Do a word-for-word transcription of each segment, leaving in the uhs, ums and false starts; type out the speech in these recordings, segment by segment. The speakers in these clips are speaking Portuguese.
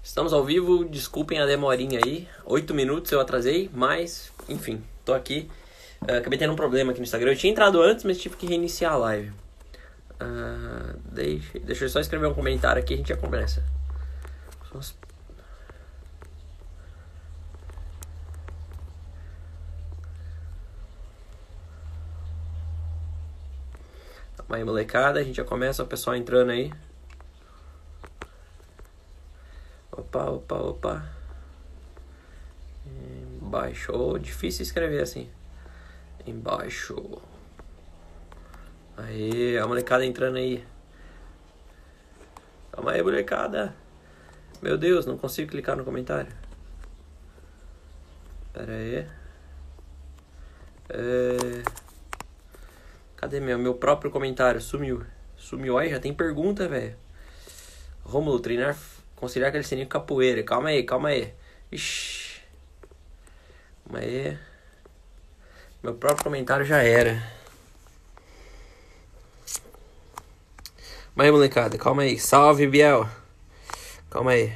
Estamos ao vivo, desculpem a demorinha aí. Oito minutos eu atrasei, mas, enfim, tô aqui. Uh, acabei tendo um problema aqui no Instagram. Eu tinha entrado antes, mas tive que reiniciar a live. Uh, deixa, deixa eu só escrever um comentário aqui e a gente já começa. Calma aí, molecada, a gente já começa, o pessoal entrando aí. Opa, opa, opa. Embaixo. Oh, difícil escrever assim. Embaixo. Aí, a molecada entrando aí. Calma aí, molecada. Meu Deus, não consigo clicar no comentário. Pera aí. É... Cadê meu, meu próprio comentário? Sumiu. Sumiu. Aí, já tem pergunta, velho. Rômulo, treinar... Conciliar calistenia com capoeira. Calma aí, calma aí. Ixi. Calma aí. Meu próprio comentário já era. Calma aí, molecada. Calma aí. Salve, Biel. Calma aí.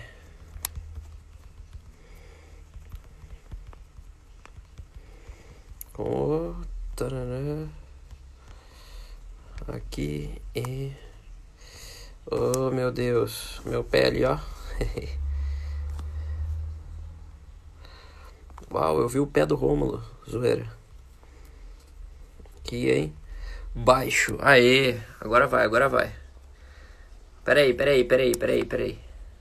Oh, tarará. Aqui e... Oh, meu Deus. Meu pé ali, ó. Uau, eu vi o pé do Rômulo. Zoeira. Aqui, hein? Baixo. Aê. Agora vai, agora vai. Peraí, peraí, peraí, peraí, peraí.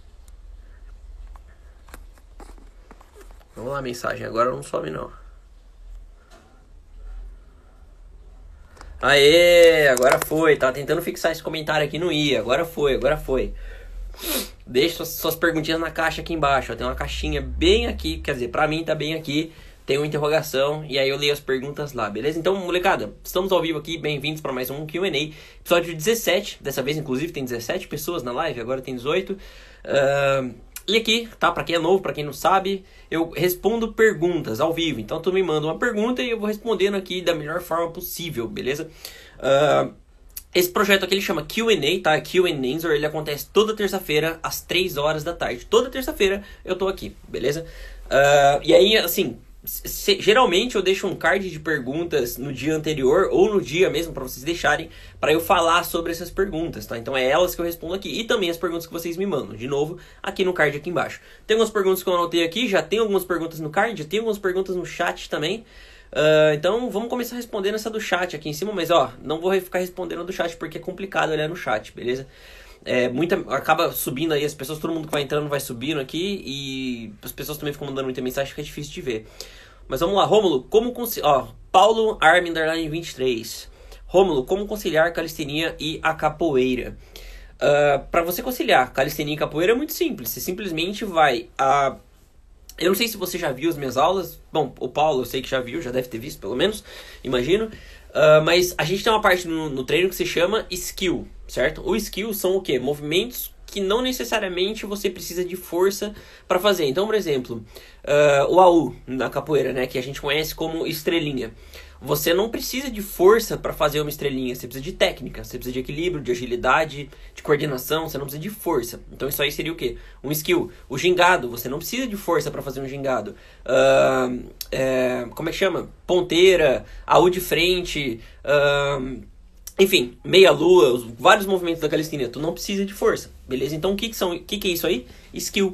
Vamos lá, mensagem. Agora não some, não. Aê, agora foi. Tava tentando fixar esse comentário aqui, não ia. Agora foi, agora foi. Deixe suas, suas perguntinhas na caixa aqui embaixo. Ó. Tem uma caixinha bem aqui, quer dizer, pra mim tá bem aqui. Tem uma interrogação e aí eu leio as perguntas lá, beleza? Então, molecada, estamos ao vivo aqui. Bem-vindos para mais um Q and A. Episódio dezessete. Dessa vez, inclusive, tem dezessete pessoas na live. Agora tem dezoito. Uh, e aqui, tá? Pra quem é novo, pra quem não sabe, eu respondo perguntas ao vivo. Então, tu me manda uma pergunta e eu vou respondendo aqui da melhor forma possível, beleza? Uh, esse projeto aqui ele chama Q and A, tá? Q and Answer, ele acontece toda terça-feira às três horas da tarde. Toda terça-feira eu tô aqui, beleza? Uh, e aí, assim... Se, geralmente eu deixo um card de perguntas no dia anterior ou no dia mesmo para vocês deixarem para eu falar sobre essas perguntas, tá? Então é elas que eu respondo aqui e também as perguntas que vocês me mandam, de novo, aqui no card aqui embaixo. Tem algumas perguntas que eu anotei aqui, já tem algumas perguntas no card, já tem algumas perguntas no chat também. Uh, então vamos começar respondendo essa do chat aqui em cima, mas ó, não vou ficar respondendo do chat porque é complicado olhar no chat, beleza? É, muita, acaba subindo aí, as pessoas, todo mundo que vai entrando vai subindo aqui e as pessoas também ficam mandando muita mensagem que é difícil de ver. Mas vamos lá, Rômulo, como conciliar... Ó, Paulo Armin Underline vinte e três. Rômulo, como conciliar calistenia e a capoeira? Uh, para você conciliar calistenia e capoeira é muito simples. Você simplesmente vai... a Eu não sei se você já viu as minhas aulas. Bom, o Paulo eu sei que já viu, já deve ter visto pelo menos, imagino. Uh, mas a gente tem uma parte no, no treino que se chama skill, certo? O skill são o quê? Movimentos que não necessariamente você precisa de força para fazer. Então, por exemplo, uh, o A U na capoeira, né, que a gente conhece como estrelinha. Você não precisa de força para fazer uma estrelinha, você precisa de técnica, você precisa de equilíbrio, de agilidade, de coordenação, você não precisa de força. Então isso aí seria o quê? Um skill. O gingado, você não precisa de força para fazer um gingado. Uh, é, como é que chama? Ponteira, A U de frente... Uh, Enfim, meia-lua, os vários movimentos da calistenia, tu não precisa de força, beleza? Então o que, que, são, o que, que é isso aí? Skill.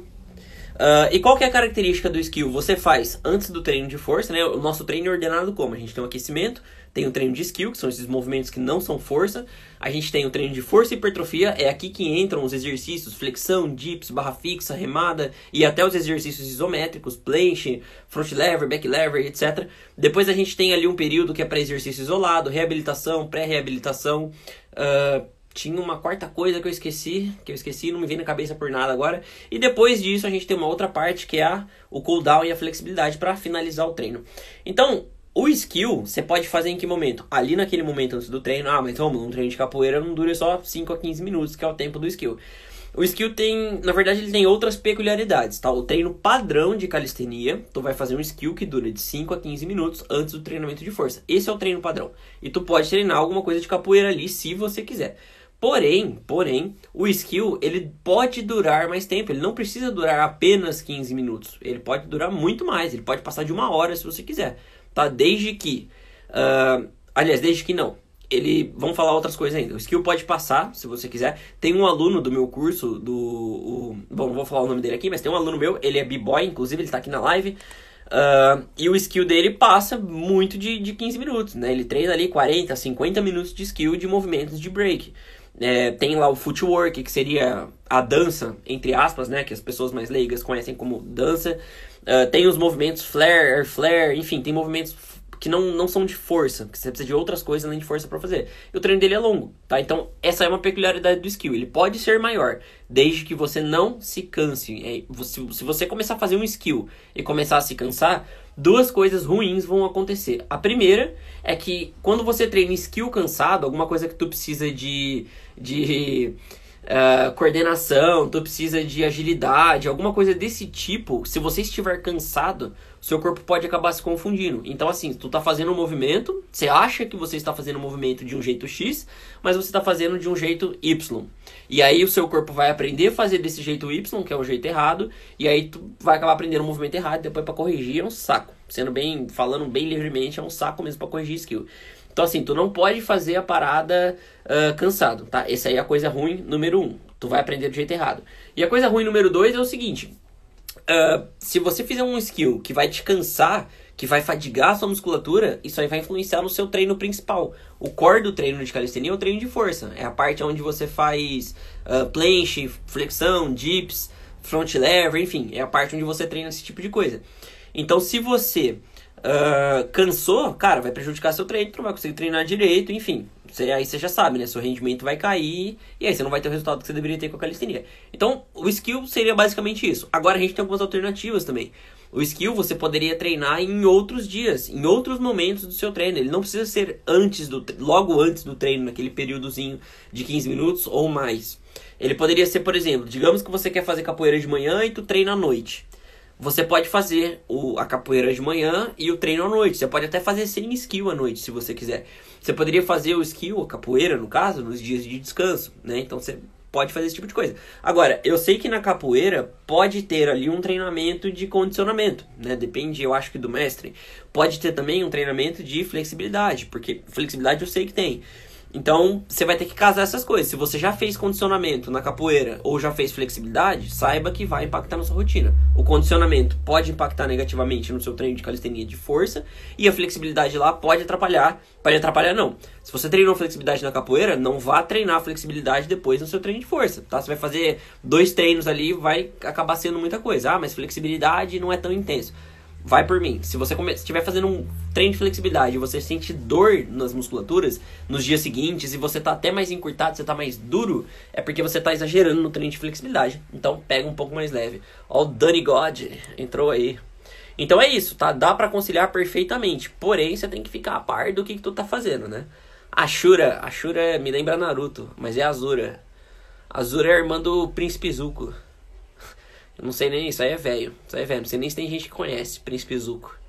Uh, e qual que é a característica do skill? Você faz antes do treino de força, né? O nosso treino é ordenado como? A gente tem um aquecimento, tem o treino de skill, que são esses movimentos que não são força. A gente tem o treino de força e hipertrofia, é aqui que entram os exercícios, flexão, dips, barra fixa, remada, e até os exercícios isométricos, planche, front lever, back lever, etcétera. Depois a gente tem ali um período que é para exercício isolado, reabilitação, pré-reabilitação. Uh, tinha uma quarta coisa que eu esqueci, que eu esqueci, não me vem na cabeça por nada agora. E depois disso a gente tem uma outra parte que é a, o cooldown e a flexibilidade para finalizar o treino. Então... O skill, você pode fazer em que momento? Ali naquele momento antes do treino. Ah, mas vamos, um treino de capoeira não dura só cinco a quinze minutos, que é o tempo do skill. O skill tem, na verdade, ele tem outras peculiaridades, tá? O treino padrão de calistenia, tu vai fazer um skill que dura de cinco a quinze minutos antes do treinamento de força. Esse é o treino padrão. E tu pode treinar alguma coisa de capoeira ali, se você quiser. Porém, porém, o skill, ele pode durar mais tempo. Ele não precisa durar apenas quinze minutos. Ele pode durar muito mais. Ele pode passar de uma hora se você quiser. Tá? Desde que... Uh, aliás, desde que não. Ele... Vamos falar outras coisas ainda. O skill pode passar, se você quiser. Tem um aluno do meu curso, do... O, bom, não vou falar o nome dele aqui, mas tem um aluno meu. Ele é b-boy, inclusive, ele tá aqui na live. Uh, e o skill dele passa muito de, de quinze minutos, né? Ele treina ali quarenta, cinquenta minutos de skill de movimentos de break. É, tem lá o footwork, que seria a dança, entre aspas, né? Que as pessoas mais leigas conhecem como dança. Uh, tem os movimentos flare, air flare, enfim, tem movimentos que não, não são de força, que você precisa de outras coisas além de força para fazer. E o treino dele é longo, tá? Então, essa é uma peculiaridade do skill. Ele pode ser maior, desde que você não se canse. É, se, se você começar a fazer um skill e começar a se cansar, duas coisas ruins vão acontecer. A primeira é que quando você treina skill cansado, alguma coisa que tu precisa de... de Uh, coordenação, tu precisa de agilidade, alguma coisa desse tipo, se você estiver cansado, seu corpo pode acabar se confundindo. Então assim, tu tá fazendo um movimento, você acha que você está fazendo um movimento de um jeito X, mas você está fazendo de um jeito Y. E aí o seu corpo vai aprender a fazer desse jeito Y, que é o jeito errado, e aí tu vai acabar aprendendo o movimento errado, e depois pra corrigir é um saco. Sendo bem, falando bem livremente, é um saco mesmo pra corrigir skill. Então assim, tu não pode fazer a parada uh, cansado, tá? Essa aí é a coisa ruim número um. Tu vai aprender do jeito errado. E a coisa ruim número dois é o seguinte. Uh, se você fizer um skill que vai te cansar, que vai fadigar a sua musculatura, isso aí vai influenciar no seu treino principal. O core do treino de calistenia é o treino de força. É a parte onde você faz uh, planche, flexão, dips, front lever, enfim. É a parte onde você treina esse tipo de coisa. Então se você... Uh, cansou, cara, vai prejudicar seu treino, tu não vai conseguir treinar direito, enfim, você, aí você já sabe, né, seu rendimento vai cair, e aí você não vai ter o resultado que você deveria ter com a calistenia. Então, o skill seria basicamente isso. Agora a gente tem algumas alternativas também. O skill você poderia treinar em outros dias, em outros momentos do seu treino. Ele não precisa ser antes do, logo antes do treino, naquele períodozinho de quinze minutos ou mais. Ele poderia ser, por exemplo, digamos que você quer fazer capoeira de manhã e tu treina à noite. Você pode fazer o, a capoeira de manhã e o treino à noite. Você pode até fazer sem skill à noite, se você quiser. Você poderia fazer o skill, a capoeira, no caso, nos dias de descanso, né? Então você pode fazer esse tipo de coisa. Agora, eu sei que na capoeira pode ter ali um treinamento de condicionamento, né? Depende, eu acho que do mestre. Pode ter também um treinamento de flexibilidade, porque flexibilidade eu sei que tem. Então, você vai ter que casar essas coisas. Se você já fez condicionamento na capoeira ou já fez flexibilidade, saiba que vai impactar na sua rotina. O condicionamento pode impactar negativamente no seu treino de calistenia de força e a flexibilidade lá pode atrapalhar. Pode atrapalhar não. Se você treinou flexibilidade na capoeira, não vá treinar flexibilidade depois no seu treino de força, tá? Você vai fazer dois treinos ali, vai acabar sendo muita coisa. Ah, mas flexibilidade não é tão intenso. Vai por mim. Se você estiver fazendo um treino de flexibilidade e você sente dor nas musculaturas nos dias seguintes e você tá até mais encurtado, você tá mais duro, é porque você tá exagerando no treino de flexibilidade. Então pega um pouco mais leve. Ó, o Danny God entrou aí. Então é isso, tá? Dá pra conciliar perfeitamente. Porém, você tem que ficar a par do que, que tu tá fazendo, né? Ashura. Ashura me lembra Naruto, mas é Azura. Azura é a irmã do Príncipe Zuko. Eu não sei nem, isso aí é velho. Isso aí é velho. Não sei nem se tem gente que conhece Príncipe Zuko.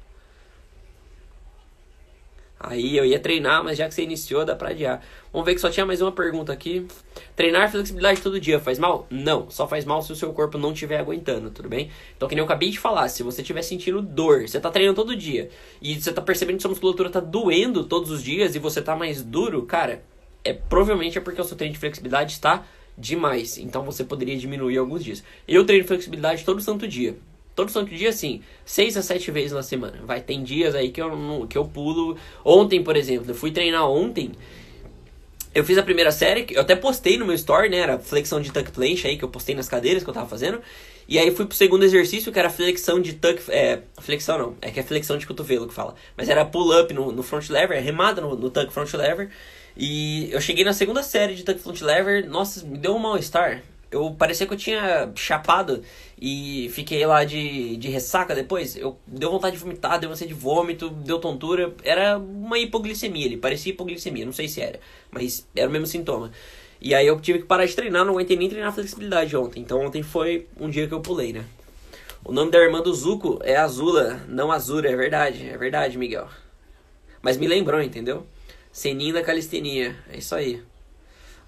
Aí eu ia treinar, mas já que você iniciou, dá pra adiar. Vamos ver que só tinha mais uma pergunta aqui. Treinar flexibilidade todo dia faz mal? Não, só faz mal se o seu corpo não estiver aguentando, tudo bem? Então, que nem eu acabei de falar, se você estiver sentindo dor, você tá treinando todo dia, e você tá percebendo que sua musculatura tá doendo todos os dias, e você tá mais duro, cara, é provavelmente é porque o seu treino de flexibilidade está demais. Então você poderia diminuir alguns dias. Eu treino flexibilidade todo santo dia. Todo santo dia, assim, seis a sete vezes na semana. Vai, tem dias aí que eu, não, que eu pulo. Ontem, por exemplo, eu fui treinar ontem. Eu fiz a primeira série, eu até postei no meu story, né? Era flexão de tuck planche aí, que eu postei nas cadeiras que eu tava fazendo. E aí fui pro segundo exercício, que era flexão de tuck... É, flexão não, é que é flexão de cotovelo que fala. Mas era pull-up no, no front lever, remada no, no tuck front lever. E eu cheguei na segunda série de tuck front lever, nossa, me deu um mal-estar. Eu parecia que eu tinha chapado e fiquei lá de, de ressaca depois. Eu deu vontade de vomitar, deu vontade de vômito, deu tontura. Era uma hipoglicemia ali, parecia hipoglicemia, não sei se era, mas era o mesmo sintoma. E aí eu tive que parar de treinar, não aguentei nem treinar flexibilidade ontem. Então ontem foi um dia que eu pulei, né? O nome da irmã do Zuko é Azula, não Azura, é verdade, é verdade, Miguel. Mas me lembrou, entendeu? Seninho da calistenia, é isso aí.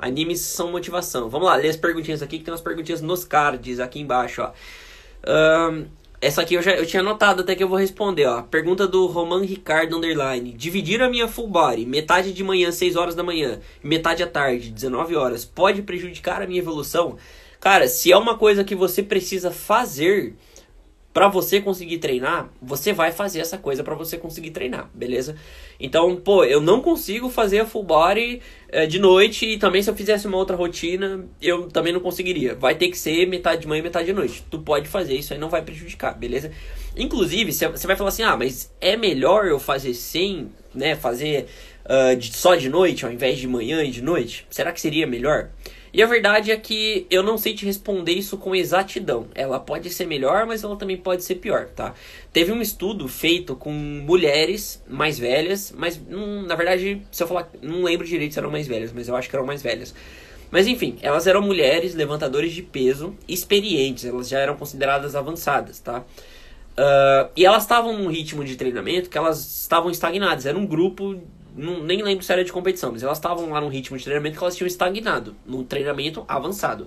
Animes são motivação. Vamos lá, ler as perguntinhas aqui, que tem umas perguntinhas nos cards aqui embaixo, ó. Um, essa aqui eu já eu tinha anotado até que eu vou responder, ó. Pergunta do Roman Ricardo Underline. Dividir a minha full body, metade de manhã, seis horas da manhã, e metade à tarde, dezenove horas, pode prejudicar a minha evolução? Cara, se é uma coisa que você precisa fazer pra você conseguir treinar, você vai fazer essa coisa pra você conseguir treinar, beleza? Então, pô, eu não consigo fazer a full body é, de noite, e também se eu fizesse uma outra rotina, eu também não conseguiria. Vai ter que ser metade de manhã e metade de noite. Tu pode fazer, isso aí não vai prejudicar, beleza? Inclusive, você vai falar assim, ah, mas é melhor eu fazer sem, né, fazer uh, de, só de noite ao invés de manhã e de noite? Será que seria melhor? E a verdade é que eu não sei te responder isso com exatidão. Ela pode ser melhor, mas ela também pode ser pior, tá? Teve um estudo feito com mulheres mais velhas, mas hum, na verdade, se eu falar, não lembro direito se eram mais velhas, mas eu acho que eram mais velhas. Mas enfim, elas eram mulheres levantadores de peso experientes, elas já eram consideradas avançadas, tá? Uh, e elas estavam num ritmo de treinamento que elas estavam estagnadas. Era um grupo, não, nem lembro se era de competição, mas elas estavam lá num ritmo de treinamento que elas tinham estagnado, num treinamento avançado.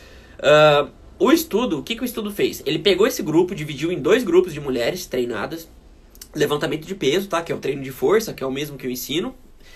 Uh, o estudo, o que, que o estudo fez? Ele pegou esse grupo, dividiu em dois grupos de mulheres treinadas, levantamento de peso, tá? Que é o treino de força, que é o mesmo que eu ensino.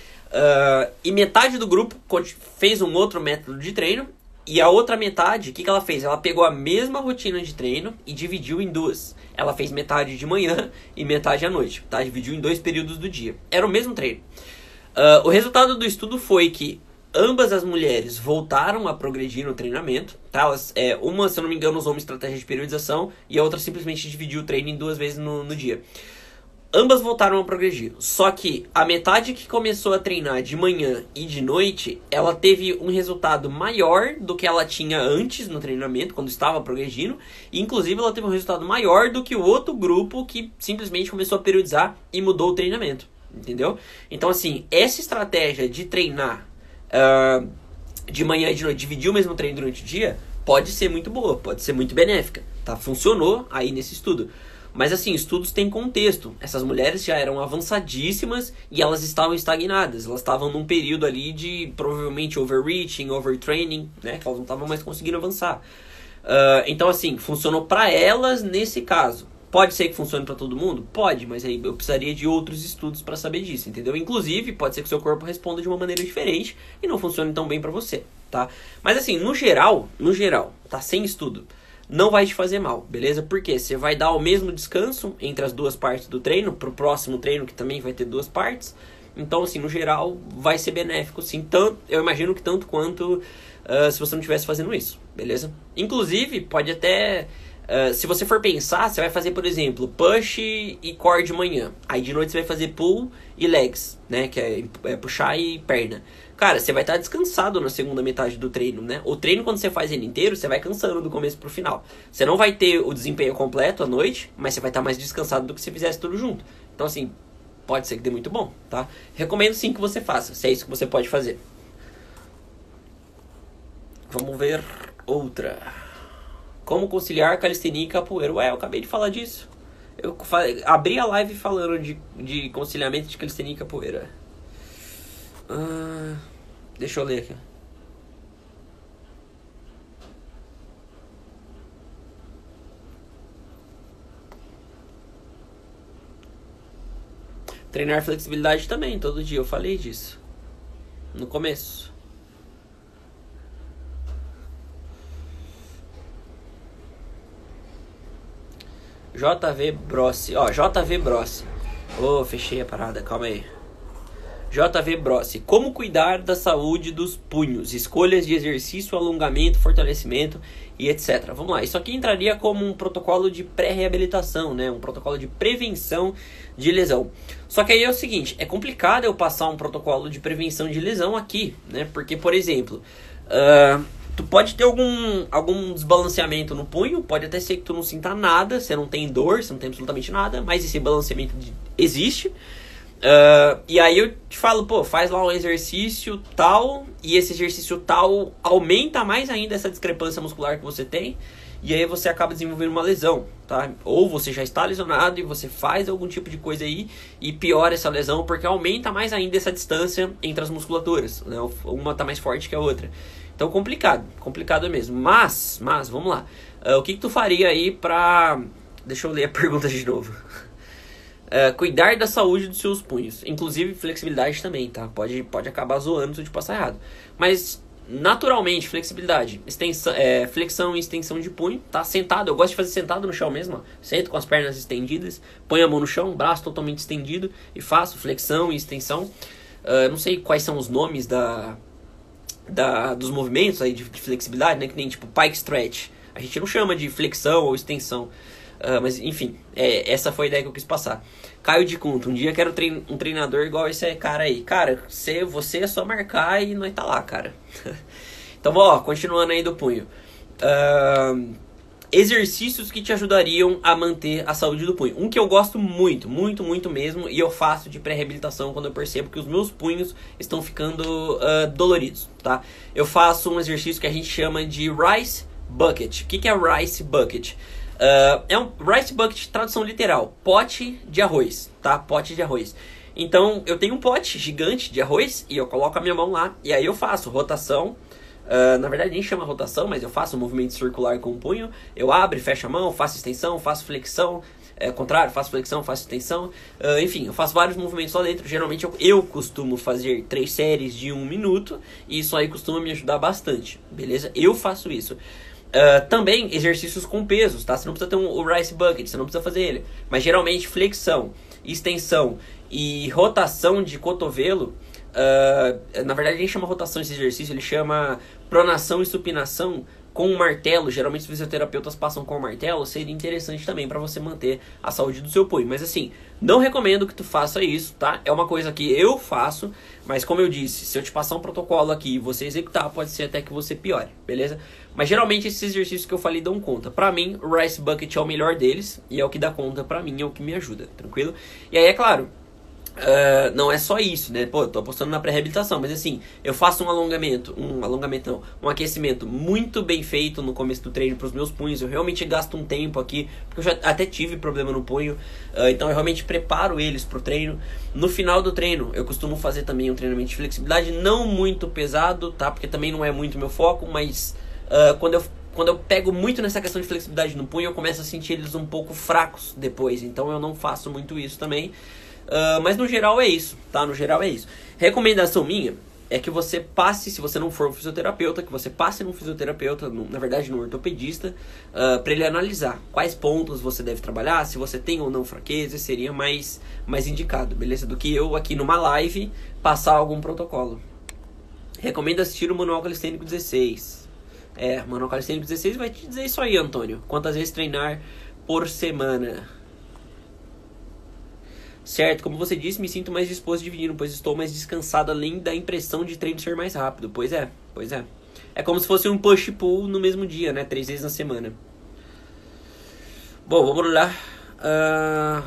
Uh, e metade do grupo fez um outro método de treino. E a outra metade, o que, que ela fez? Ela pegou a mesma rotina de treino e dividiu em duas. Ela fez metade de manhã e metade à noite, tá? Dividiu em dois períodos do dia. Era o mesmo treino. Uh, o resultado do estudo foi que ambas as mulheres voltaram a progredir no treinamento, tá? Elas, é, uma, se eu não me engano, usou uma estratégia de periodização e a outra simplesmente dividiu o treino em duas vezes no, no dia. Ambas voltaram a progredir, só que a metade que começou a treinar de manhã e de noite, ela teve um resultado maior do que ela tinha antes no treinamento, quando estava progredindo, e inclusive ela teve um resultado maior do que o outro grupo que simplesmente começou a periodizar e mudou o treinamento, entendeu? Então assim, essa estratégia de treinar uh, de manhã e de noite, dividir o mesmo treino durante o dia, pode ser muito boa, pode ser muito benéfica, tá? Funcionou aí nesse estudo. Mas assim, estudos têm contexto. Essas mulheres já eram avançadíssimas e elas estavam estagnadas. Elas estavam num período ali de provavelmente overreaching, overtraining, né? Que elas não estavam mais conseguindo avançar. Uh, então assim, funcionou pra elas nesse caso. Pode ser que funcione pra todo mundo? Pode, mas aí eu precisaria de outros estudos pra saber disso, entendeu? Inclusive, pode ser que o seu corpo responda de uma maneira diferente e não funcione tão bem pra você, tá? Mas assim, no geral, no geral, tá? Sem estudo, não vai te fazer mal, beleza? Porque você vai dar o mesmo descanso entre as duas partes do treino, pro próximo treino que também vai ter duas partes. Então, assim, no geral, vai ser benéfico, sim. Tanto, eu imagino que tanto quanto uh, se você não estivesse fazendo isso, beleza? Inclusive, pode até... Uh, se você for pensar, você vai fazer, por exemplo, push e core de manhã. Aí de noite você vai fazer pull e legs, né? Que é, é puxar e perna. Cara, você vai estar descansado na segunda metade do treino, né? O treino, quando você faz ele inteiro, você vai cansando do começo pro final. Você não vai ter o desempenho completo à noite, mas você vai estar mais descansado do que se fizesse tudo junto. Então, assim, pode ser que dê muito bom, tá? Recomendo sim que você faça, se é isso que você pode fazer. Vamos ver outra. Como conciliar calistenia e capoeira? Ué, eu acabei de falar disso. Eu falei, abri a live falando de, de conciliamento de calistenia e capoeira. Ah, deixa eu ler aqui. Treinar flexibilidade também, todo dia. Eu falei disso no começo. J V Brossi. Ó, J V Brossi. Ô, oh, fechei a parada, calma aí. J V Brossi. Como cuidar da saúde dos punhos? Escolhas de exercício, alongamento, fortalecimento e etcétera. Vamos lá. Isso aqui entraria como um protocolo de pré-reabilitação, né? Um protocolo de prevenção de lesão. Só que aí é o seguinte, é complicado eu passar um protocolo de prevenção de lesão aqui, né? Porque, por exemplo, uh, tu pode ter algum, algum desbalanceamento no punho, pode até ser que tu não sinta nada, você não tem dor, você não tem absolutamente nada, mas esse balanceamento de, existe. Uh, e aí eu te falo, pô, faz lá um exercício tal, e esse exercício tal aumenta mais ainda essa discrepância muscular que você tem, e aí você acaba desenvolvendo uma lesão, tá? Ou você já está lesionado e você faz algum tipo de coisa aí e piora essa lesão porque aumenta mais ainda essa distância entre as musculaturas, né? Uma tá mais forte que a outra. Então complicado, complicado mesmo. Mas, mas, vamos lá. Uh, o que, que tu faria aí pra... Deixa eu ler a pergunta de novo. Uh, cuidar da saúde dos seus punhos. Inclusive flexibilidade também, tá? Pode, pode acabar zoando se eu te passar errado. Mas, naturalmente, flexibilidade. Extensão, é, flexão e extensão de punho, tá? Sentado. Eu gosto de fazer sentado no chão mesmo, ó. Sento com as pernas estendidas. Ponho a mão no chão, braço totalmente estendido. E faço flexão e extensão. Uh, não sei quais são os nomes da... Da, dos movimentos aí de, de flexibilidade, né? Que nem tipo pike stretch. A gente não chama de flexão ou extensão. Uh, mas enfim, é, essa foi a ideia que eu quis passar. Caio de Cunto, um dia quero trein, um treinador igual esse cara aí. Cara, você, você é só marcar e nós tá lá, cara. Então, ó, continuando aí do punho. Uh, exercícios que te ajudariam a manter a saúde do punho. Um que eu gosto muito, muito, muito mesmo, e eu faço de pré-reabilitação quando eu percebo que os meus punhos estão ficando uh, doloridos, tá? Eu faço um exercício que a gente chama de Rice Bucket. O que, que é Rice Bucket? Uh, é um Rice Bucket, tradução literal, pote de arroz, tá? Pote de arroz. Então, eu tenho um pote gigante de arroz e eu coloco a minha mão lá, e aí eu faço rotação. Uh, na verdade nem chama rotação, mas eu faço um movimento circular com o punho. Eu abro e fecho a mão, faço extensão, faço flexão, é, contrário, faço flexão, faço extensão, uh, enfim, eu faço vários movimentos lá dentro. Geralmente eu, eu costumo fazer três séries de um minuto, e isso aí costuma me ajudar bastante, beleza? Eu faço isso. Uh, também exercícios com pesos, tá? Você não precisa ter um, o Rice Bucket, você não precisa fazer ele, mas geralmente flexão, extensão e rotação de cotovelo. Uh, na verdade ele chama rotação esse exercício, ele chama pronação e supinação com um martelo. Geralmente os fisioterapeutas passam com o martelo. Seria interessante também para você manter a saúde do seu punho. Mas assim, não recomendo que tu faça isso, tá? É uma coisa que eu faço, mas como eu disse, se eu te passar um protocolo aqui e você executar, pode ser até que você piore, beleza? Mas geralmente esses exercícios que eu falei dão conta. Pra mim, o Rice Bucket é o melhor deles e é o que dá conta pra mim, é o que me ajuda, tranquilo? E aí, é claro, Uh, não é só isso, né? Pô, eu tô apostando na pré-reabilitação, mas assim, eu faço um alongamento, um alongamento não, um aquecimento muito bem feito no começo do treino pros meus punhos. Eu realmente gasto um tempo aqui, porque eu já até tive problema no punho, uh, então eu realmente preparo eles pro treino. No final do treino, eu costumo fazer também um treinamento de flexibilidade, não muito pesado, tá? Porque também não é muito meu foco, mas uh, quando eu Quando eu pego muito nessa questão de flexibilidade no punho, eu começo a sentir eles um pouco fracos depois, então eu não faço muito isso também. Uh, mas no geral é isso, tá? No geral é isso. Recomendação minha é que você passe, se você não for um fisioterapeuta, que você passe num fisioterapeuta, no, na verdade num ortopedista, uh, para ele analisar quais pontos você deve trabalhar, se você tem ou não fraqueza, seria mais, mais indicado, beleza? Do que eu aqui numa live passar algum protocolo. Recomendo assistir o Manual Calistênico dezesseis. É, o Manual Calistênico dezesseis vai te dizer isso aí, Antônio. Quantas vezes treinar por semana? Certo, como você disse, me sinto mais disposto dividindo, pois estou mais descansado, além da impressão de treino ser mais rápido. Pois é, pois é. É como se fosse um push-pull no mesmo dia, né? Três vezes na semana. Bom, vamos lá. Uh...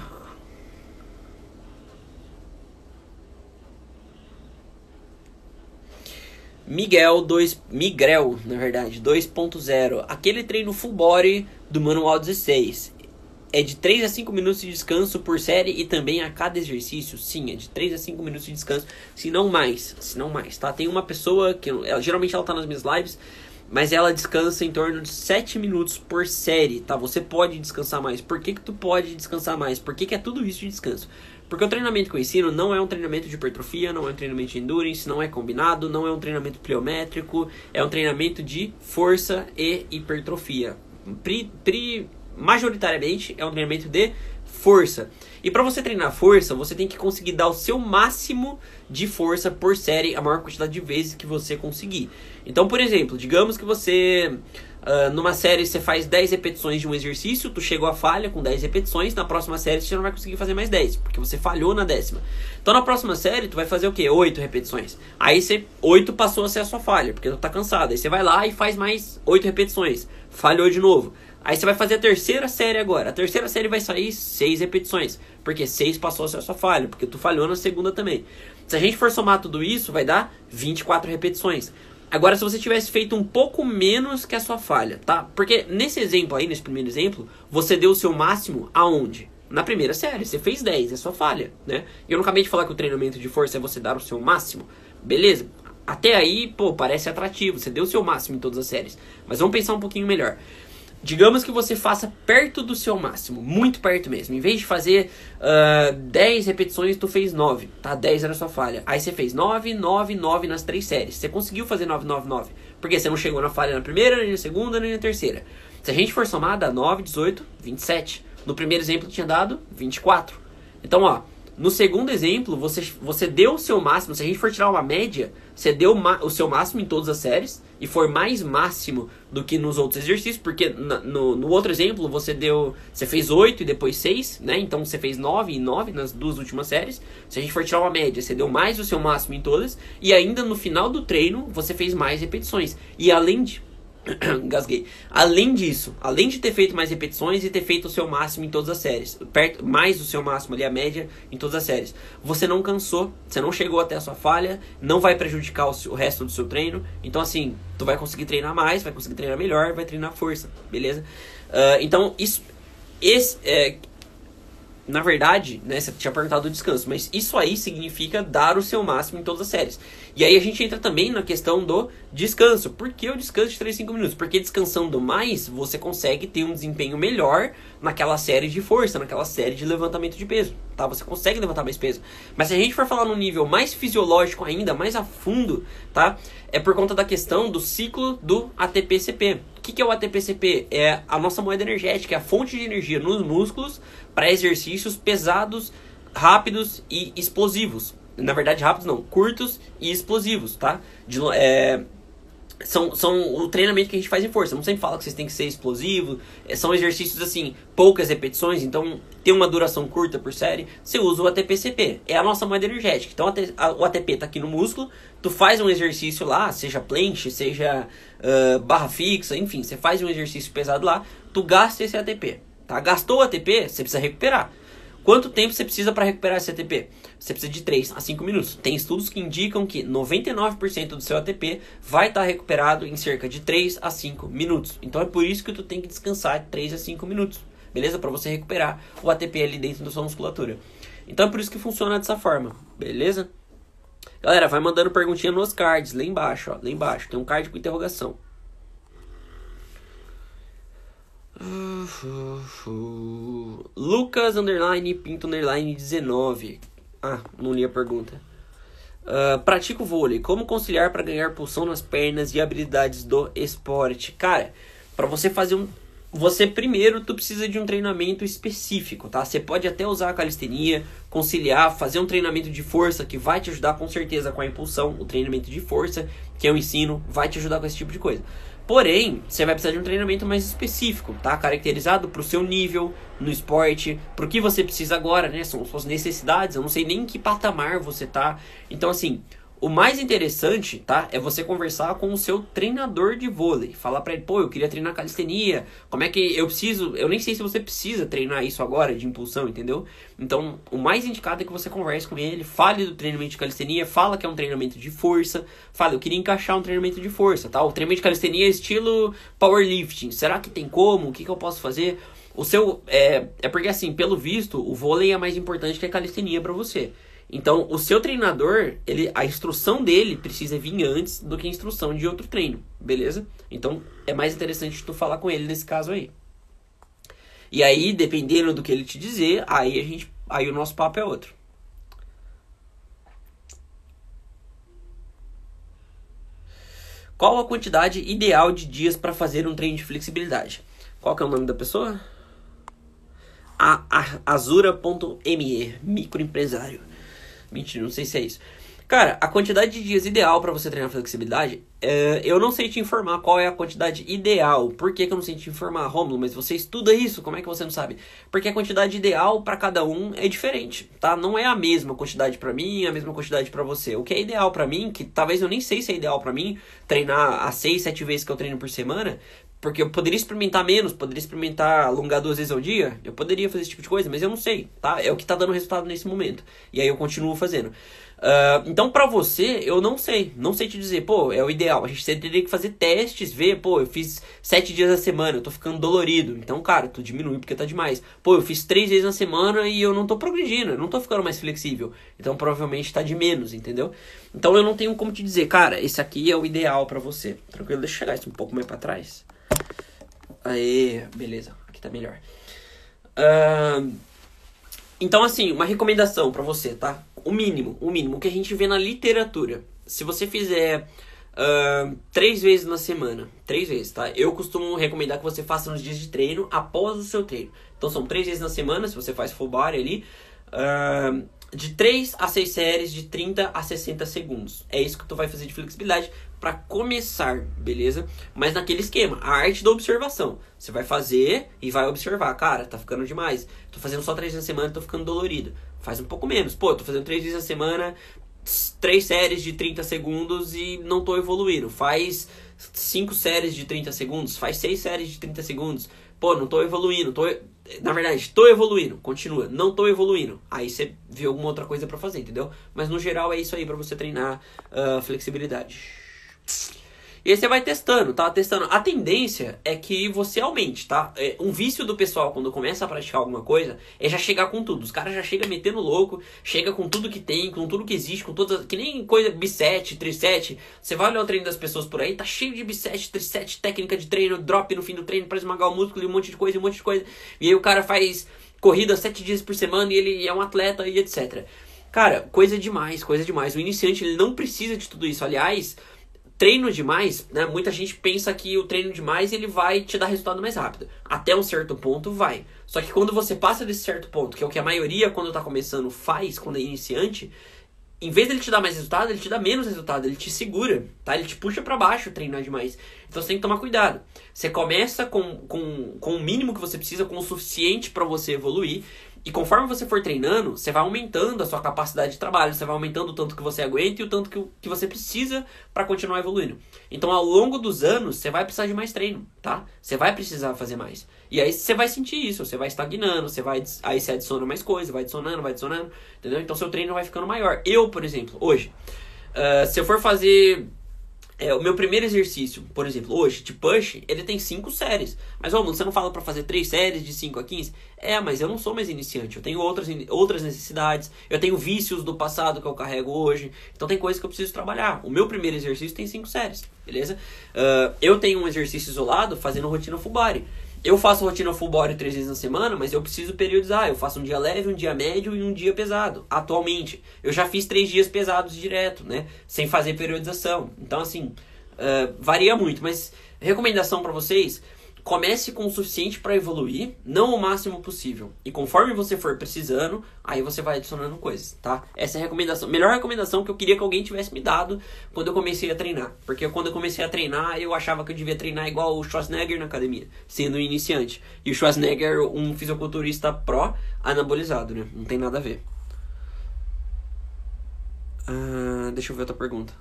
Miguel dois, Miguel, na verdade, dois ponto zero. Aquele treino full body do Manual dezesseis. É de três a cinco minutos de descanso por série e também a cada exercício? Sim, é de três a cinco minutos de descanso, se não mais, se não mais, tá? Tem uma pessoa que, ela, geralmente ela tá nas minhas lives, mas ela descansa em torno de sete minutos por série, tá? Você pode descansar mais. Por que que tu pode descansar mais? Por que que é tudo isso de descanso? Porque o treinamento que eu ensino não é um treinamento de hipertrofia, não é um treinamento de endurance, não é combinado, não é um treinamento pliométrico, é um treinamento de força e hipertrofia. Pri, pri, majoritariamente é um treinamento de força. E para você treinar força, você tem que conseguir dar o seu máximo de força por série, a maior quantidade de vezes que você conseguir. Então, por exemplo, digamos que você, uh, numa série, você faz dez repetições de um exercício, tu chegou à falha com dez repetições, na próxima série você não vai conseguir fazer mais dez, porque você falhou na décima. Então, na próxima série, tu vai fazer o quê? oito repetições. Aí, você, oito passou a ser a sua falha, porque tu tá cansado. Aí, você vai lá e faz mais oito repetições. Falhou de novo. Aí você vai fazer a terceira série agora. A terceira série vai sair seis repetições. Porque seis passou a ser a sua falha. Porque tu falhou na segunda também. Se a gente for somar tudo isso, vai dar vinte e quatro repetições. Agora, se você tivesse feito um pouco menos que a sua falha, tá? Porque nesse exemplo aí, nesse primeiro exemplo, você deu o seu máximo aonde? Na primeira série, você fez dez, é sua falha, né? E eu não acabei de falar que o treinamento de força é você dar o seu máximo. Beleza? Até aí, pô, parece atrativo, você deu o seu máximo em todas as séries. Mas vamos pensar um pouquinho melhor. Digamos que você faça perto do seu máximo, muito perto mesmo. Em vez de fazer uh, dez repetições, tu fez nove, tá? dez era a sua falha. Aí você fez nove, nove, nove nas três séries. Você conseguiu fazer nove, nove, nove. Porque você não chegou na falha na primeira, nem na segunda, nem na terceira. Se a gente for somar, dá nove, dezoito, vinte e sete. No primeiro exemplo tinha dado vinte e quatro. Então, ó, no segundo exemplo, você, você deu o seu máximo. Se a gente for tirar uma média, você deu o seu máximo em todas as séries e for mais máximo do que nos outros exercícios, porque na, no, no outro exemplo você deu, você fez oito e depois seis, né? Então você fez nove e nove nas duas últimas séries. Se a gente for tirar uma média, você deu mais o seu máximo em todas e ainda no final do treino você fez mais repetições. E além de Gasguei. Além disso, além de ter feito mais repetições e ter feito o seu máximo em todas as séries, perto, mais o seu máximo ali, a média em todas as séries, você não cansou, você não chegou até a sua falha, não vai prejudicar o, seu, o resto do seu treino. Então assim, tu vai conseguir treinar mais, vai conseguir treinar melhor, vai treinar força, beleza? Uh, então isso, esse, é, na verdade, né, você tinha perguntado do descanso, mas isso aí significa dar o seu máximo em todas as séries. E aí a gente entra também na questão do descanso. Por que o descanso de três, cinco minutos? Porque descansando mais, você consegue ter um desempenho melhor naquela série de força, naquela série de levantamento de peso, tá? Você consegue levantar mais peso. Mas se a gente for falar num nível mais fisiológico ainda, mais a fundo, tá? É por conta da questão do ciclo do A T P C P. O que, que é o A T P C P? É a nossa moeda energética, é a fonte de energia nos músculos para exercícios pesados, rápidos e explosivos. Na verdade, rápidos não, curtos e explosivos, tá? De, é, são, são o treinamento que a gente faz em força. Eu não sempre falo que vocês têm que ser explosivo. É, são exercícios assim, poucas repetições, então tem uma duração curta por série. Você usa o A T P C P, é a nossa moeda energética. Então a, a, o A T P tá aqui no músculo, tu faz um exercício lá, seja planche, seja uh, barra fixa, enfim, você faz um exercício pesado lá, tu gasta esse A T P, tá? Gastou o A T P, você precisa recuperar. Quanto tempo você precisa para recuperar esse A T P? Você precisa de três a cinco minutos. Tem estudos que indicam que noventa e nove por cento do seu A T P vai estar recuperado em cerca de três a cinco minutos. Então é por isso que tu tem que descansar de três a cinco minutos, beleza? Para você recuperar o A T P ali dentro da sua musculatura. Então é por isso que funciona dessa forma, beleza? Galera, vai mandando perguntinha nos cards, lá embaixo, ó, lá embaixo. Tem um card com interrogação. Lucas underline Pinto underline dezenove. Ah, não li a pergunta. uh, Pratico vôlei. Como conciliar para ganhar pulsão nas pernas e habilidades do esporte? Cara, para você fazer um... Você primeiro, tu precisa de um treinamento específico, tá? Você pode até usar a calistenia, conciliar, fazer um treinamento de força que vai te ajudar com certeza com a impulsão. O treinamento de força que eu ensino vai te ajudar com esse tipo de coisa. Porém, você vai precisar de um treinamento mais específico, tá? Caracterizado pro seu nível no esporte, pro que você precisa agora, né? São suas necessidades, eu não sei nem em que patamar você tá. Então, assim, o mais interessante, tá? É você conversar com o seu treinador de vôlei. Falar pra ele, pô, eu queria treinar calistenia. Como é que eu preciso... Eu nem sei se você precisa treinar isso agora, de impulsão, entendeu? Então, o mais indicado é que você converse com ele, fale do treinamento de calistenia, fala que é um treinamento de força. Fala, eu queria encaixar um treinamento de força, tá? O treinamento de calistenia é estilo powerlifting. Será que tem como? O que, que eu posso fazer? O seu... É, é porque, assim, pelo visto, o vôlei é mais importante que a calistenia pra você. Então, o seu treinador, ele, a instrução dele precisa vir antes do que a instrução de outro treino, beleza? Então, é mais interessante tu falar com ele nesse caso aí. E aí, dependendo do que ele te dizer, aí, a gente, aí o nosso papo é outro. Qual a quantidade ideal de dias para fazer um treino de flexibilidade? Qual que é o nome da pessoa? A, a, azura ponto me, microempresário. Mentira, não sei se é isso. Cara, a quantidade de dias ideal para você treinar flexibilidade, é, eu não sei te informar qual é a quantidade ideal. Por que, que eu não sei te informar, Rômulo? Mas você estuda isso, como é que você não sabe? Porque a quantidade ideal para cada um é diferente, tá? Não é a mesma quantidade para mim, a mesma quantidade para você. O que é ideal para mim, que talvez eu nem sei se é ideal para mim, treinar as seis, sete vezes que eu treino por semana, Porque eu poderia experimentar menos, poderia experimentar alongar duas vezes ao dia, eu poderia fazer esse tipo de coisa, mas eu não sei, tá? É o que tá dando resultado nesse momento. E aí eu continuo fazendo. Uh, então pra você, eu não sei, não sei te dizer, pô, é o ideal. A gente teria que fazer testes, ver, pô, eu fiz sete dias na semana, eu tô ficando dolorido. Então, cara, tu diminui porque tá demais. Pô, eu fiz três vezes na semana e eu não tô progredindo, eu não tô ficando mais flexível. Então provavelmente tá de menos, entendeu? Então eu não tenho como te dizer, cara, esse aqui é o ideal pra você. Tranquilo, deixa eu chegar isso um pouco mais pra trás. Aê, beleza, aqui tá melhor. Uh, então, assim, uma recomendação pra você, tá? O mínimo, o mínimo, o que a gente vê na literatura. Se você fizer uh, três vezes na semana, três vezes, tá? Eu costumo recomendar que você faça nos dias de treino após o seu treino. Então, são três vezes na semana, se você faz full body ali. Uh, de três a seis séries de trinta a sessenta segundos. É isso que tu vai fazer de flexibilidade para começar, beleza? Mas naquele esquema, a arte da observação. Você vai fazer e vai observar. Cara, tá ficando demais. Tô fazendo só três vezes na semana, tô ficando dolorido. Faz um pouco menos. Pô, tô fazendo três vezes na semana, três séries de trinta segundos e não tô evoluindo. Faz cinco séries de trinta segundos, faz seis séries de trinta segundos. Pô, não tô evoluindo, tô... Na verdade, tô evoluindo, continua, não tô evoluindo. Aí você vê alguma outra coisa pra fazer, entendeu? Mas no geral é isso aí pra você treinar uh, flexibilidade. E aí você vai testando, tá? Testando. A tendência é que você aumente, tá? É, um vício do pessoal quando começa a praticar alguma coisa é já chegar com tudo. Os caras já chegam metendo louco, chega com tudo que tem, com tudo que existe, com todas... Que nem coisa bisete, trisete. Você vai olhar o treino das pessoas por aí, tá cheio de bisete, trisete, técnica de treino, drop no fim do treino pra esmagar o músculo e um monte de coisa, um monte de coisa. E aí o cara faz corrida sete dias por semana e ele é um atleta e etcétera. Cara, coisa demais, coisa demais. O iniciante, ele não precisa de tudo isso. Aliás... Treino demais, né? Muita gente pensa que o treino demais ele vai te dar resultado mais rápido. Até um certo ponto vai. Só que quando você passa desse certo ponto, que é o que a maioria quando tá começando faz, quando é iniciante, em vez dele te dar mais resultado, ele te dá menos resultado, ele te segura, tá? Ele te puxa pra baixo treinar demais. Então você tem que tomar cuidado. Você começa com, com, com o mínimo que você precisa, com o suficiente pra você evoluir. E conforme você for treinando, você vai aumentando a sua capacidade de trabalho, você vai aumentando o tanto que você aguenta e o tanto que, que você precisa para continuar evoluindo. Então, ao longo dos anos, você vai precisar de mais treino, tá? Você vai precisar fazer mais. E aí você vai sentir isso, você vai estagnando, você vai, aí você adiciona mais coisa, vai adicionando, vai adicionando, entendeu? Então, seu treino vai ficando maior. Eu, por exemplo, hoje, uh, se eu for fazer... É, o meu primeiro exercício, por exemplo, hoje, de push, ele tem cinco séries. Mas, ô, você não fala pra fazer três séries de cinco a quinze? É, mas eu não sou mais iniciante. Eu tenho outras, outras necessidades. Eu tenho vícios do passado que eu carrego hoje. Então, tem coisas que eu preciso trabalhar. O meu primeiro exercício tem cinco séries, beleza? Uh, eu tenho um exercício isolado fazendo rotina full body. Eu faço rotina full body três vezes na semana, mas eu preciso periodizar. Eu faço um dia leve, um dia médio e um dia pesado. Atualmente, eu já fiz três dias pesados direto, né? Sem fazer periodização. Então, assim, uh, varia muito. Mas, recomendação pra vocês... Comece com o suficiente para evoluir, não o máximo possível. E conforme você for precisando, aí você vai adicionando coisas, tá? Essa é a recomendação, melhor recomendação que eu queria que alguém tivesse me dado quando eu comecei a treinar. Porque quando eu comecei a treinar, eu achava que eu devia treinar igual o Schwarzenegger na academia, sendo um iniciante. E o Schwarzenegger, um fisiculturista pró, anabolizado, né? Não tem nada a ver. Ah, deixa eu ver outra pergunta.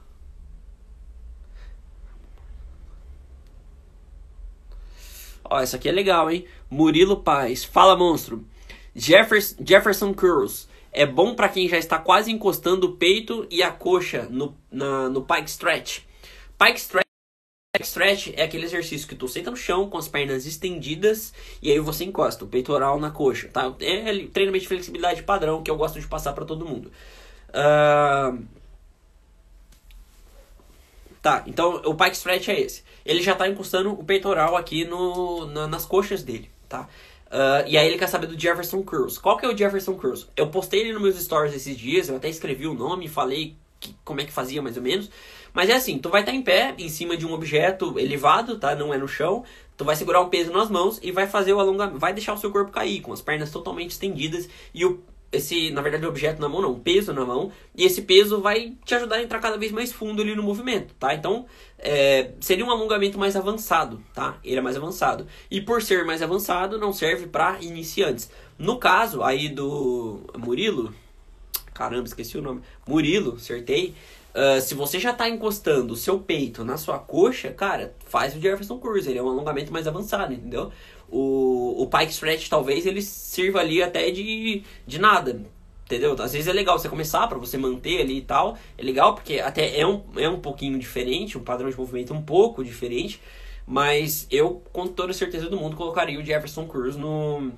Ó, essa aqui é legal, hein? Murilo Paz. Fala, monstro. Jefferson, Jefferson Curls. É bom pra quem já está quase encostando o peito e a coxa no, na, no Pike Stretch. Pike Stretch, Pike Stretch é aquele exercício que tu senta no chão com as pernas estendidas e aí você encosta o peitoral na coxa, tá? É treinamento de flexibilidade padrão que eu gosto de passar pra todo mundo. Uh... Tá, então o Pike Stretch é esse. Ele já tá encostando o peitoral aqui no, na, nas coxas dele, tá? Uh, e aí ele quer saber do Jefferson Curls. Qual que é o Jefferson Curls? Eu postei ele nos meus stories esses dias, eu até escrevi o nome, falei que, como é que fazia mais ou menos. Mas é assim, tu vai estar em pé, em cima de um objeto elevado, tá? Não é no chão. Tu vai segurar um peso nas mãos e vai fazer o alongamento, vai deixar o seu corpo cair, com as pernas totalmente estendidas e o esse, na verdade, objeto na mão não, peso na mão, e esse peso vai te ajudar a entrar cada vez mais fundo ali no movimento, tá? Então, é, seria um alongamento mais avançado, tá? Ele é mais avançado. E por ser mais avançado, não serve para iniciantes. No caso aí do Murilo, caramba, esqueci o nome, Murilo, acertei, Uh, se você já tá encostando o seu peito na sua coxa, cara, faz o Jefferson Curls, ele é um alongamento mais avançado, entendeu? O, o Pike Stretch talvez ele sirva ali até de, de nada, entendeu? Às vezes é legal você começar pra você manter ali e tal, é legal porque até é um, é um pouquinho diferente, um padrão de movimento um pouco diferente, mas eu com toda certeza do mundo colocaria o Jefferson Curls no...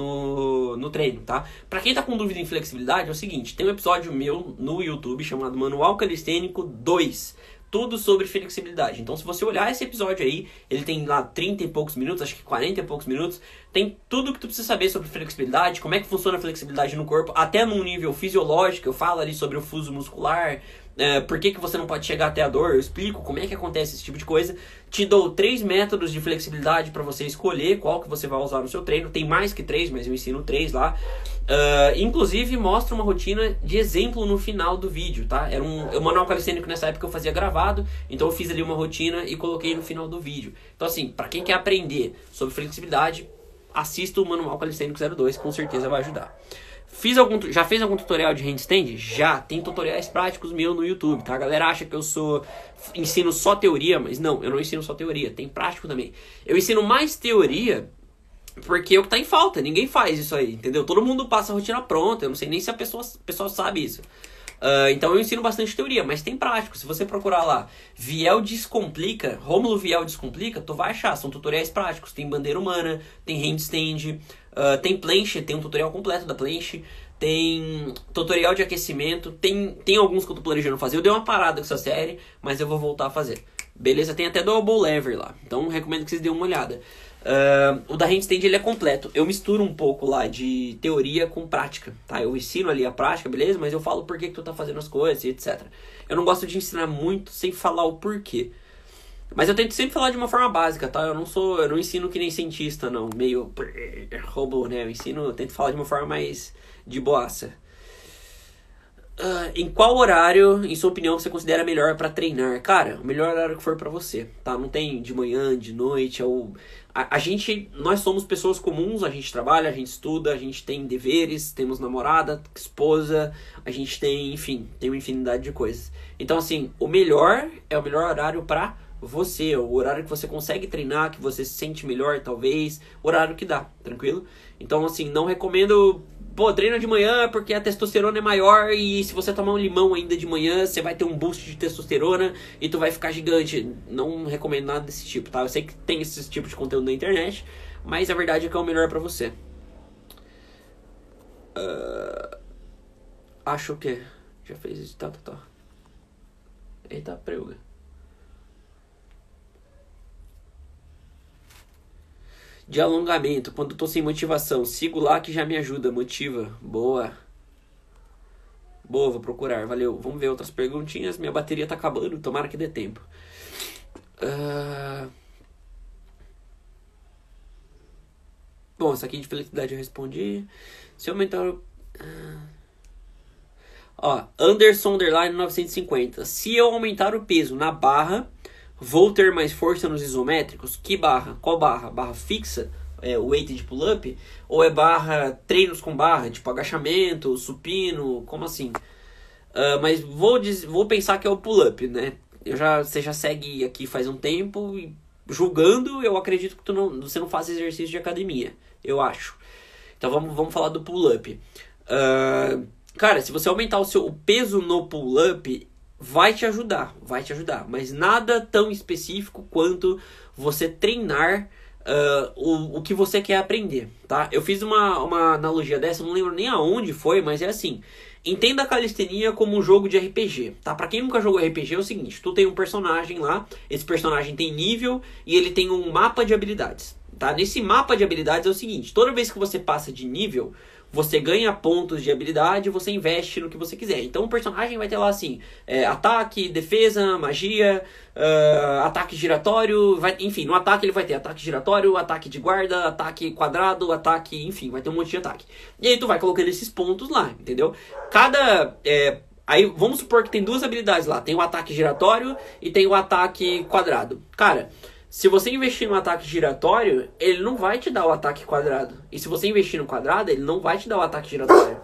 No, no treino, tá? Pra quem tá com dúvida em flexibilidade, é o seguinte, tem um episódio meu no YouTube chamado Manual Calistênico dois, tudo sobre flexibilidade. Então se você olhar esse episódio aí, ele tem lá trinta e poucos minutos, acho que quarenta e poucos minutos, tem tudo que tu precisa saber sobre flexibilidade, como é que funciona a flexibilidade no corpo, até num nível fisiológico, eu falo ali sobre o fuso muscular, é, por que, que você não pode chegar até a dor, eu explico como é que acontece esse tipo de coisa. Te dou três métodos de flexibilidade para você escolher qual que você vai usar no seu treino. Tem mais que três, mas eu ensino três lá. Uh, inclusive, mostra uma rotina de exemplo no final do vídeo, tá? Era um, o manual calistênico nessa época eu fazia gravado, então eu fiz ali uma rotina e coloquei no final do vídeo. Então assim, para quem quer aprender sobre flexibilidade, assista o Manual Calistênico zero dois, com certeza vai ajudar. Fiz algum, já fez algum tutorial de handstand? Já, tem tutoriais práticos meus no YouTube, tá? A galera acha que eu sou ensino só teoria, mas não, eu não ensino só teoria, tem prático também. Eu ensino mais teoria porque é o que tá em falta, ninguém faz isso aí, entendeu? Todo mundo passa a rotina pronta, eu não sei nem se a pessoa, a pessoa sabe isso. Uh, então eu ensino bastante teoria, mas tem prático. Se você procurar lá, Viel Descomplica, Rômulo Viel Descomplica, tu vai achar, são tutoriais práticos. Tem bandeira humana, tem handstand, uh, tem planche, tem um tutorial completo da planche, tem tutorial de aquecimento, tem, tem alguns que eu tô planejando fazer. Eu dei uma parada com essa série, mas eu vou voltar a fazer. Beleza? Tem até double lever lá, então recomendo que vocês dêem uma olhada. Uh, o da handstand ele é completo. Eu misturo um pouco lá de teoria com prática, tá? Eu ensino ali a prática, beleza? Mas eu falo por que, que tu tá fazendo as coisas e etcétera. Eu não gosto de ensinar muito sem falar o porquê. Mas eu tento sempre falar de uma forma básica, tá? Eu não sou, eu não ensino que nem cientista, não. Meio robô, né? Eu ensino, eu tento falar de uma forma mais de boaça. Uh, em qual horário, em sua opinião, você considera melhor pra treinar? Cara, o melhor horário que for pra você, tá? Não tem de manhã, de noite, ou... A, a gente, nós somos pessoas comuns, a gente trabalha, a gente estuda, a gente tem deveres, temos namorada, esposa, a gente tem, enfim, tem uma infinidade de coisas. Então, assim, o melhor é o melhor horário pra você, o horário que você consegue treinar, que você se sente melhor, talvez, o horário que dá, tranquilo? Então, assim, não recomendo... Pô, treina de manhã porque a testosterona é maior e se você tomar um limão ainda de manhã, você vai ter um boost de testosterona e tu vai ficar gigante. Não recomendo nada desse tipo, tá? Eu sei que tem esse tipo de conteúdo na internet, mas a verdade é que é o melhor pra você. Uh, acho que... Já fez isso, tá, tá, tá. Eita, preuga. De alongamento, quando tô sem motivação, sigo lá que já me ajuda, motiva. Boa. Boa, vou procurar, valeu. Vamos ver outras perguntinhas, minha bateria tá acabando, tomara que dê tempo. Uh... Bom, essa aqui de felicidade eu respondi. Se eu aumentar... Uh... Ó, Anderson Underline novecentos e cinquenta. Se eu aumentar o peso na barra... Vou ter mais força nos isométricos? Que barra? Qual barra? Barra fixa? É, weight de pull-up? Ou é barra treinos com barra? Tipo agachamento, supino? Como assim? Uh, mas vou, diz, vou pensar que é o pull-up, né? Eu já, você já segue aqui faz um tempo e julgando, eu acredito que tu não, você não faz exercício de academia. Eu acho. Então vamos, vamos falar do pull-up. Uh, cara, se você aumentar o seu o peso no pull-up... Vai te ajudar, vai te ajudar. Mas nada tão específico quanto você treinar uh, o, o que você quer aprender, tá? Eu fiz uma, uma analogia dessa, não lembro nem aonde foi, mas é assim. Entenda a calistenia como um jogo de R P G, tá? Pra quem nunca jogou R P G é o seguinte. Tu tem um personagem lá, esse personagem tem nível e ele tem um mapa de habilidades, tá? Nesse mapa de habilidades é o seguinte. Toda vez que você passa de nível... Você ganha pontos de habilidade e você investe no que você quiser. Então o personagem vai ter lá assim, é, ataque, defesa, magia, uh, ataque giratório, vai, enfim, no ataque ele vai ter ataque giratório, ataque de guarda, ataque quadrado, ataque, enfim, vai ter um monte de ataque. E aí tu vai colocando esses pontos lá, entendeu? Cada... É, aí vamos supor que tem duas habilidades lá, tem o ataque giratório e tem o ataque quadrado. Cara... Se você investir no ataque giratório, ele não vai te dar o ataque quadrado. E se você investir no quadrado, ele não vai te dar o ataque giratório.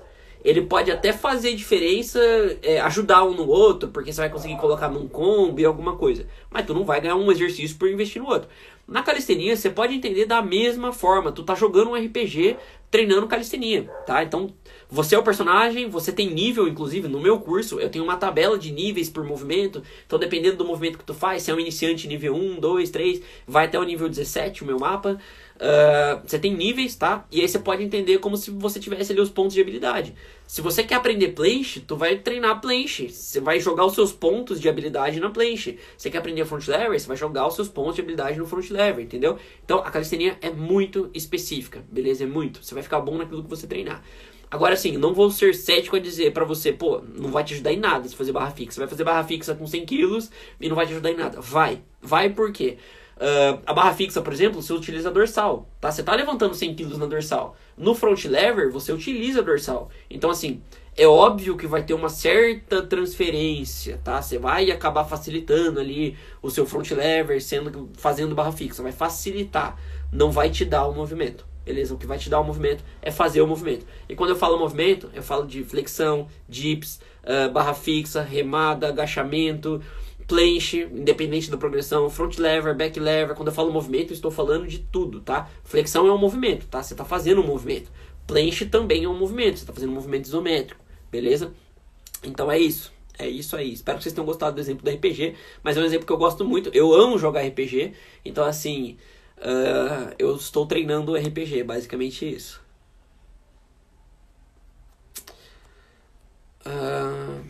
ele pode até fazer diferença, é, ajudar um no outro, porque você vai conseguir colocar num combo e alguma coisa. Mas tu não vai ganhar um exercício por investir no outro. Na calistenia, você pode entender da mesma forma. Tu tá jogando um R P G, treinando calistenia, tá? Então, você é o personagem, você tem nível, inclusive, no meu curso, eu tenho uma tabela de níveis por movimento. Então, dependendo do movimento que tu faz, se é um iniciante nível um, dois, três, vai até o nível dezessete, o meu mapa. Uh, você tem níveis, tá? E aí você pode entender como se você tivesse ali os pontos de habilidade. Se você quer aprender planche, tu vai treinar planche. Você vai jogar os seus pontos de habilidade na planche. Você quer aprender front lever, você vai jogar os seus pontos de habilidade no front lever, entendeu? Então a calistenia é muito específica, beleza? É muito. Você vai ficar bom naquilo que você treinar. Agora assim, não vou ser cético a dizer pra você, pô, não vai te ajudar em nada se fazer barra fixa. Você vai fazer barra fixa com cem quilos e não vai te ajudar em nada. Vai. Vai por quê? Uh, a barra fixa, por exemplo, você utiliza a dorsal, tá? Você tá levantando cem quilos na dorsal. No front lever, você utiliza a dorsal. Então, assim, é óbvio que vai ter uma certa transferência, tá? Você vai acabar facilitando ali o seu front lever sendo, fazendo barra fixa. Vai facilitar, não vai te dar o movimento, beleza? O que vai te dar o movimento é fazer o movimento. E quando eu falo movimento, eu falo de flexão, dips, uh, barra fixa, remada, agachamento, planche, independente da progressão, front lever, back lever. Quando eu falo movimento, eu estou falando de tudo, tá? Flexão é um movimento, tá? Você está fazendo um movimento. Planche também é um movimento, você está fazendo um movimento isométrico, beleza? Então é isso, é isso aí. Espero que vocês tenham gostado do exemplo do R P G, mas é um exemplo que eu gosto muito. Eu amo jogar R P G, então assim, uh, eu estou treinando R P G, basicamente isso. Uh...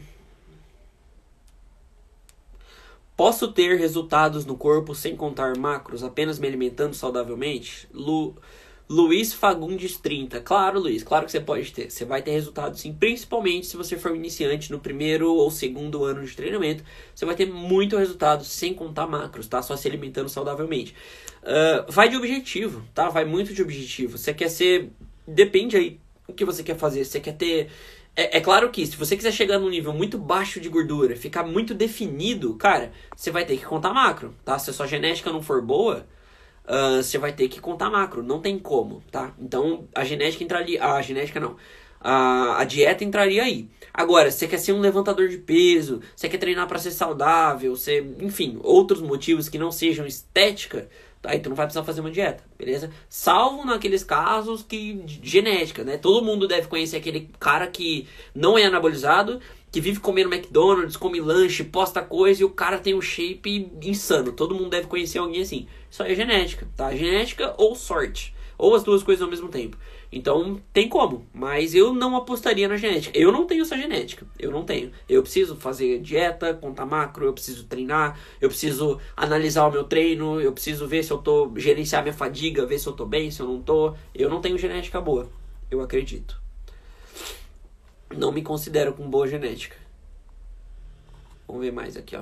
Posso ter resultados no corpo sem contar macros, apenas me alimentando saudavelmente? Lu, Luiz Fagundes trinta. Claro, Luiz, claro que você pode ter. Você vai ter resultados sim, principalmente se você for um iniciante no primeiro ou segundo ano de treinamento. Você vai ter muito resultado sem contar macros, tá? Só se alimentando saudavelmente. Uh, vai de objetivo, tá? Vai muito de objetivo. Você quer ser... Depende aí o que você quer fazer. Você quer ter... É, é claro que se você quiser chegar num nível muito baixo de gordura, ficar muito definido, cara, você vai ter que contar macro, tá? Se a sua genética não for boa, uh, você vai ter que contar macro, não tem como, tá? Então a genética entraria, a genética não, a, a dieta entraria aí. Agora, se você quer ser um levantador de peso, você quer treinar para ser saudável, você, enfim, outros motivos que não sejam estética, aí tu não vai precisar fazer uma dieta, beleza? Salvo naqueles casos que genética, né? Todo mundo deve conhecer aquele cara que não é anabolizado, que vive comendo McDonald's, come lanche, posta coisa e o cara tem um shape insano. Todo mundo deve conhecer alguém assim. Isso aí é genética, tá? Genética ou sorte. Ou as duas coisas ao mesmo tempo. Então, tem como. Mas eu não apostaria na genética. Eu não tenho essa genética. Eu não tenho. Eu preciso fazer dieta, contar macro, eu preciso treinar, eu preciso analisar o meu treino, eu preciso ver se eu tô... gerenciar minha fadiga, ver se eu tô bem, se eu não tô. Eu não tenho genética boa. Eu acredito. Não me considero com boa genética. Vamos ver mais aqui, ó.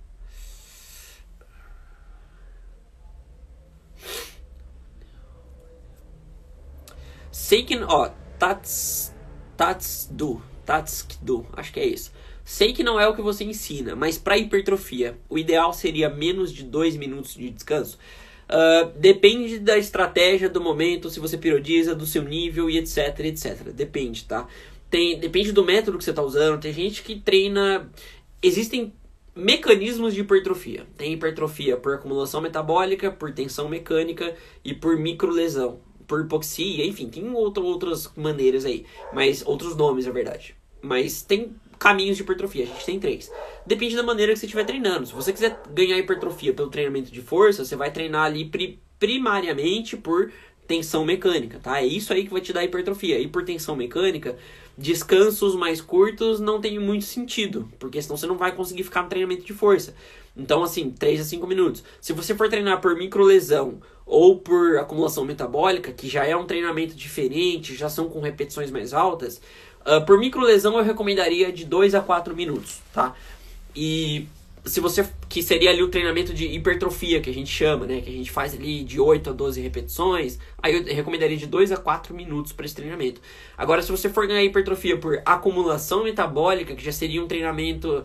Sei que... Ó, Tats... Tatsdu. Tatsdu. Acho que é isso. Sei que não é o que você ensina, mas para hipertrofia, o ideal seria menos de dois minutos de descanso? Uh, depende da estratégia, do momento, se você periodiza, do seu nível e etc, etcétera. Depende, tá? Tem, depende do método que você está usando. Tem gente que treina... Existem mecanismos de hipertrofia. Tem hipertrofia por acumulação metabólica, por tensão mecânica e por microlesão. Por hipoxia, enfim, tem outro, outras maneiras aí. Mas outros nomes, na verdade. Mas tem caminhos de hipertrofia, a gente tem três. Depende da maneira que você estiver treinando. Se você quiser ganhar hipertrofia pelo treinamento de força, você vai treinar ali pri primariamente por tensão mecânica, tá? É isso aí que vai te dar hipertrofia. E por tensão mecânica, descansos mais curtos não tem muito sentido, porque senão você não vai conseguir ficar no treinamento de força. Então, assim, três a cinco minutos. Se você for treinar por microlesão ou por acumulação metabólica, que já é um treinamento diferente, já são com repetições mais altas, uh, por microlesão eu recomendaria de dois a quatro minutos, tá? E se você, que seria ali o treinamento de hipertrofia, que a gente chama, né? Que a gente faz ali de oito a doze repetições. Aí eu recomendaria de dois a quatro minutos para esse treinamento. Agora, se você for ganhar hipertrofia por acumulação metabólica, que já seria um treinamento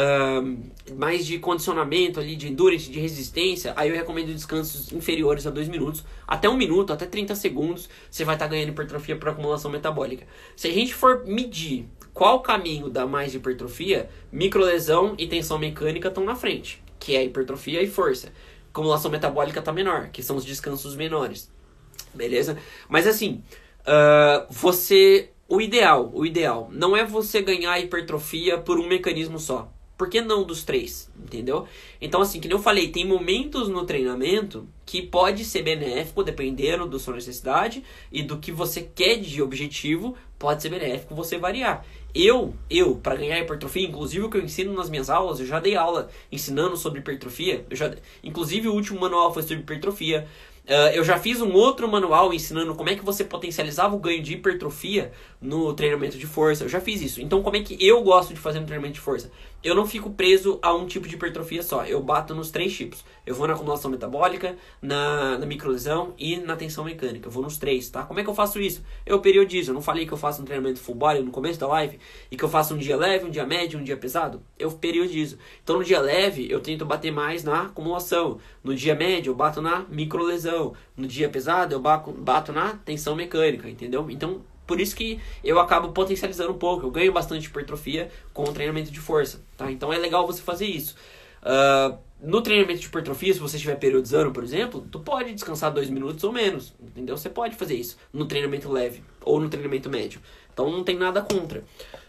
uh, mais de condicionamento ali, de endurance, de resistência, aí eu recomendo descansos inferiores a dois minutos. Até um minuto, até trinta segundos, você vai estar ganhando hipertrofia por acumulação metabólica. Se a gente for medir qual caminho dá mais hipertrofia, microlesão e tensão mecânica estão na frente, que é hipertrofia e força. Acumulação metabólica está menor, que são os descansos menores. Beleza? Mas assim, uh, você... O ideal, o ideal não é você ganhar hipertrofia por um mecanismo só. Por que não dos três? Entendeu? Então, assim, que nem eu falei, tem momentos no treinamento que pode ser benéfico, dependendo da sua necessidade e do que você quer de objetivo, pode ser benéfico você variar. Eu, eu para ganhar hipertrofia, inclusive o que eu ensino nas minhas aulas, eu já dei aula ensinando sobre hipertrofia, eu já, inclusive o último manual foi sobre hipertrofia. Uh, eu já fiz um outro manual ensinando como é que você potencializava o ganho de hipertrofia no treinamento de força. Eu já fiz isso. Então, como é que eu gosto de fazer no treinamento de força? Eu não fico preso a um tipo de hipertrofia só. Eu bato nos três tipos. Eu vou na acumulação metabólica, na, na microlesão e na tensão mecânica. Eu vou nos três, tá? Como é que eu faço isso? Eu periodizo. Eu não falei que eu faço um treinamento full body no começo da live e que eu faço um dia leve, um dia médio, um dia pesado? Eu periodizo. Então, no dia leve, eu tento bater mais na acumulação. No dia médio, eu bato na microlesão. No dia pesado, eu bato na tensão mecânica, entendeu? Então, por isso que eu acabo potencializando um pouco. Eu ganho bastante hipertrofia com o treinamento de força, tá? Então, é legal você fazer isso. Uh, no treinamento de hipertrofia, se você estiver periodizando, por exemplo, tu pode descansar dois minutos ou menos, entendeu? Você pode fazer isso no treinamento leve ou no treinamento médio. Então, não tem nada contra.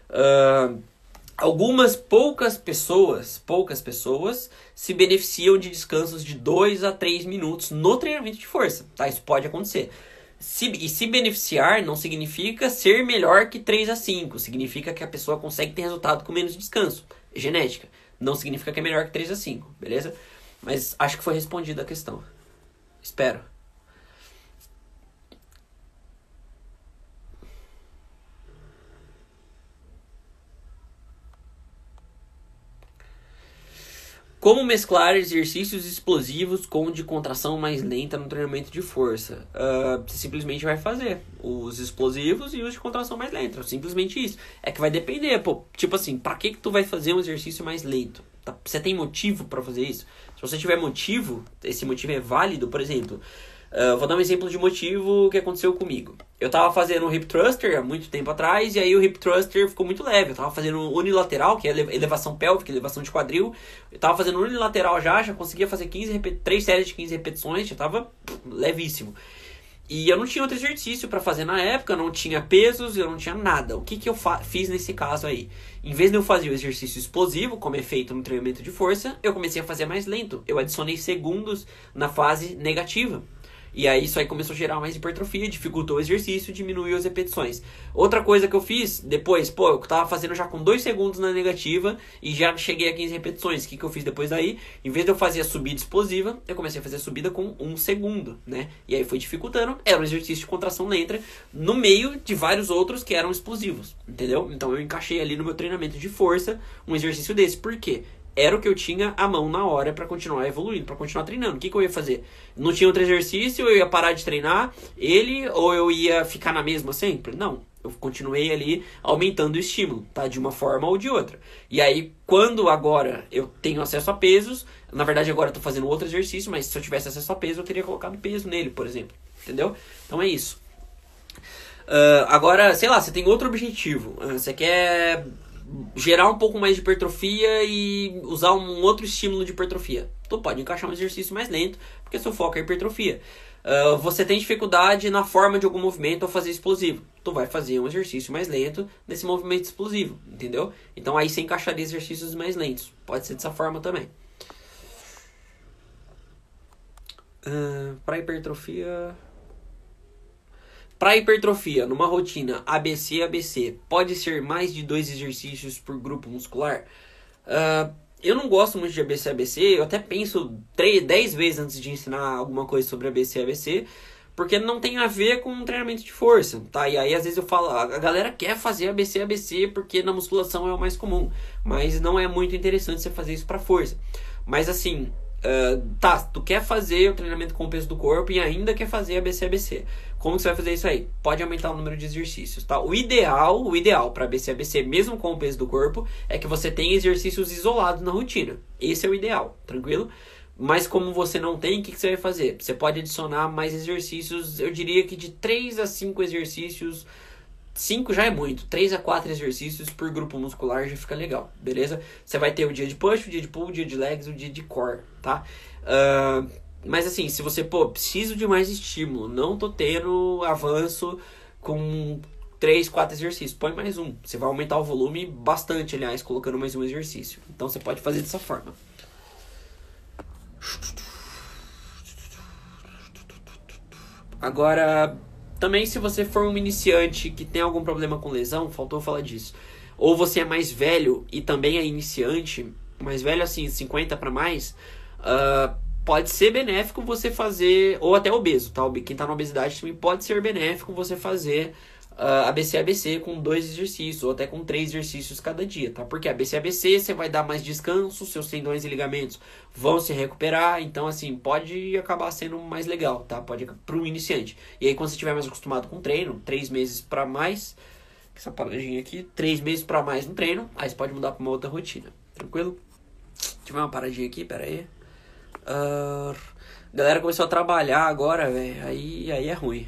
Uh, Algumas poucas pessoas, poucas pessoas se beneficiam de descansos de dois a três minutos no treinamento de força, tá? Isso pode acontecer. Se, e se beneficiar não significa ser melhor que três a cinco, significa que a pessoa consegue ter resultado com menos descanso. É genética. Não significa que é melhor que três a cinco, beleza? Mas acho que foi respondida a questão. Espero. Como mesclar exercícios explosivos com de contração mais lenta no treinamento de força? Uh, você simplesmente vai fazer os explosivos e os de contração mais lenta. Simplesmente isso. É que vai depender, pô. Tipo assim, pra que que tu vai fazer um exercício mais lento? Tá? Você tem motivo pra fazer isso? Se você tiver motivo, esse motivo é válido, por exemplo... Uh, vou dar um exemplo de motivo que aconteceu comigo. Eu tava fazendo um hip thruster há muito tempo atrás, e aí o hip thruster ficou muito leve. Eu tava fazendo unilateral, que é elevação pélvica, elevação de quadril. Eu tava fazendo unilateral já, já conseguia fazer quinze repet... três séries de quinze repetições, já tava pff, levíssimo. E eu não tinha outro exercício pra fazer na época, não tinha pesos, eu não tinha nada. O que que eu fiz nesse caso aí? Em vez de eu fazer o exercício explosivo, como é feito no treinamento de força, eu comecei a fazer mais lento. Eu adicionei segundos na fase negativa. E aí isso aí começou a gerar mais hipertrofia, dificultou o exercício, diminuiu as repetições. Outra coisa que eu fiz depois, pô, eu tava fazendo já com dois segundos na negativa e já cheguei a quinze repetições. O que, que eu fiz depois daí? Em vez de eu fazer a subida explosiva, eu comecei a fazer a subida com um segundo, né? E aí foi dificultando, era um exercício de contração lenta no meio de vários outros que eram explosivos, entendeu? Então eu encaixei ali no meu treinamento de força um exercício desse. Por quê? Era o que eu tinha à mão na hora pra continuar evoluindo, pra continuar treinando. O que, que eu ia fazer? Não tinha outro exercício, eu ia parar de treinar ele ou eu ia ficar na mesma sempre? Não, eu continuei ali aumentando o estímulo, tá? De uma forma ou de outra. E aí, quando agora eu tenho acesso a pesos, na verdade agora eu tô fazendo outro exercício, mas se eu tivesse acesso a peso, eu teria colocado peso nele, por exemplo. Entendeu? Então é isso. Uh, agora, sei lá, você tem outro objetivo. Uh, você quer... gerar um pouco mais de hipertrofia e usar um outro estímulo de hipertrofia. Tu pode encaixar um exercício mais lento, porque seu foco é hipertrofia. Uh, você tem dificuldade na forma de algum movimento ao fazer explosivo. Tu vai fazer um exercício mais lento nesse movimento explosivo, entendeu? Então aí você encaixaria exercícios mais lentos. Pode ser dessa forma também. Uh, para hipertrofia... Para hipertrofia, numa rotina A B C A B C, pode ser mais de dois exercícios por grupo muscular? Uh, eu não gosto muito de A B C A B C, eu até penso três, dez vezes antes de ensinar alguma coisa sobre A B C A B C, porque não tem a ver com um treinamento de força, tá? E aí às vezes eu falo, a galera quer fazer A B C, A B C porque na musculação é o mais comum, mas não é muito interessante você fazer isso pra força. Mas assim, uh, tá, tu quer fazer o treinamento com o peso do corpo e ainda quer fazer A B C, A B C. Como que você vai fazer isso aí? Pode aumentar o número de exercícios, tá? O ideal, o ideal para A B C, A B C, mesmo com o peso do corpo, é que você tenha exercícios isolados na rotina. Esse é o ideal, tranquilo? Mas como você não tem, o que, que você vai fazer? Você pode adicionar mais exercícios, eu diria que de três a cinco exercícios, cinco já é muito, três a quatro exercícios por grupo muscular já fica legal, beleza? Você vai ter o dia de push, o dia de pull, o dia de legs, o dia de core, tá? Uh, mas assim, se você, pô, preciso de mais estímulo, não tô tendo avanço com três, quatro exercícios, põe mais um. Você vai aumentar o volume bastante, aliás, colocando mais um exercício. Então você pode fazer dessa forma. Agora, também se você for um iniciante que tem algum problema com lesão, faltou falar disso, ou você é mais velho e também é iniciante, mais velho assim, cinquenta para mais, uh, pode ser benéfico você fazer, ou até obeso, tá? Quem tá na obesidade também pode ser benéfico você fazer uh, A B C, A B C com dois exercícios, ou até com três exercícios cada dia, tá? Porque A B C, A B C você vai dar mais descanso, seus tendões e ligamentos vão se recuperar, então assim, pode acabar sendo mais legal, tá? Pode pro iniciante. E aí quando você estiver mais acostumado com o treino, três meses para mais, essa paradinha aqui, três meses para mais no treino, aí você pode mudar para uma outra rotina, tranquilo? Deixa eu ver uma paradinha aqui, pera aí. Uh, galera começou a trabalhar agora, velho, aí, aí é ruim.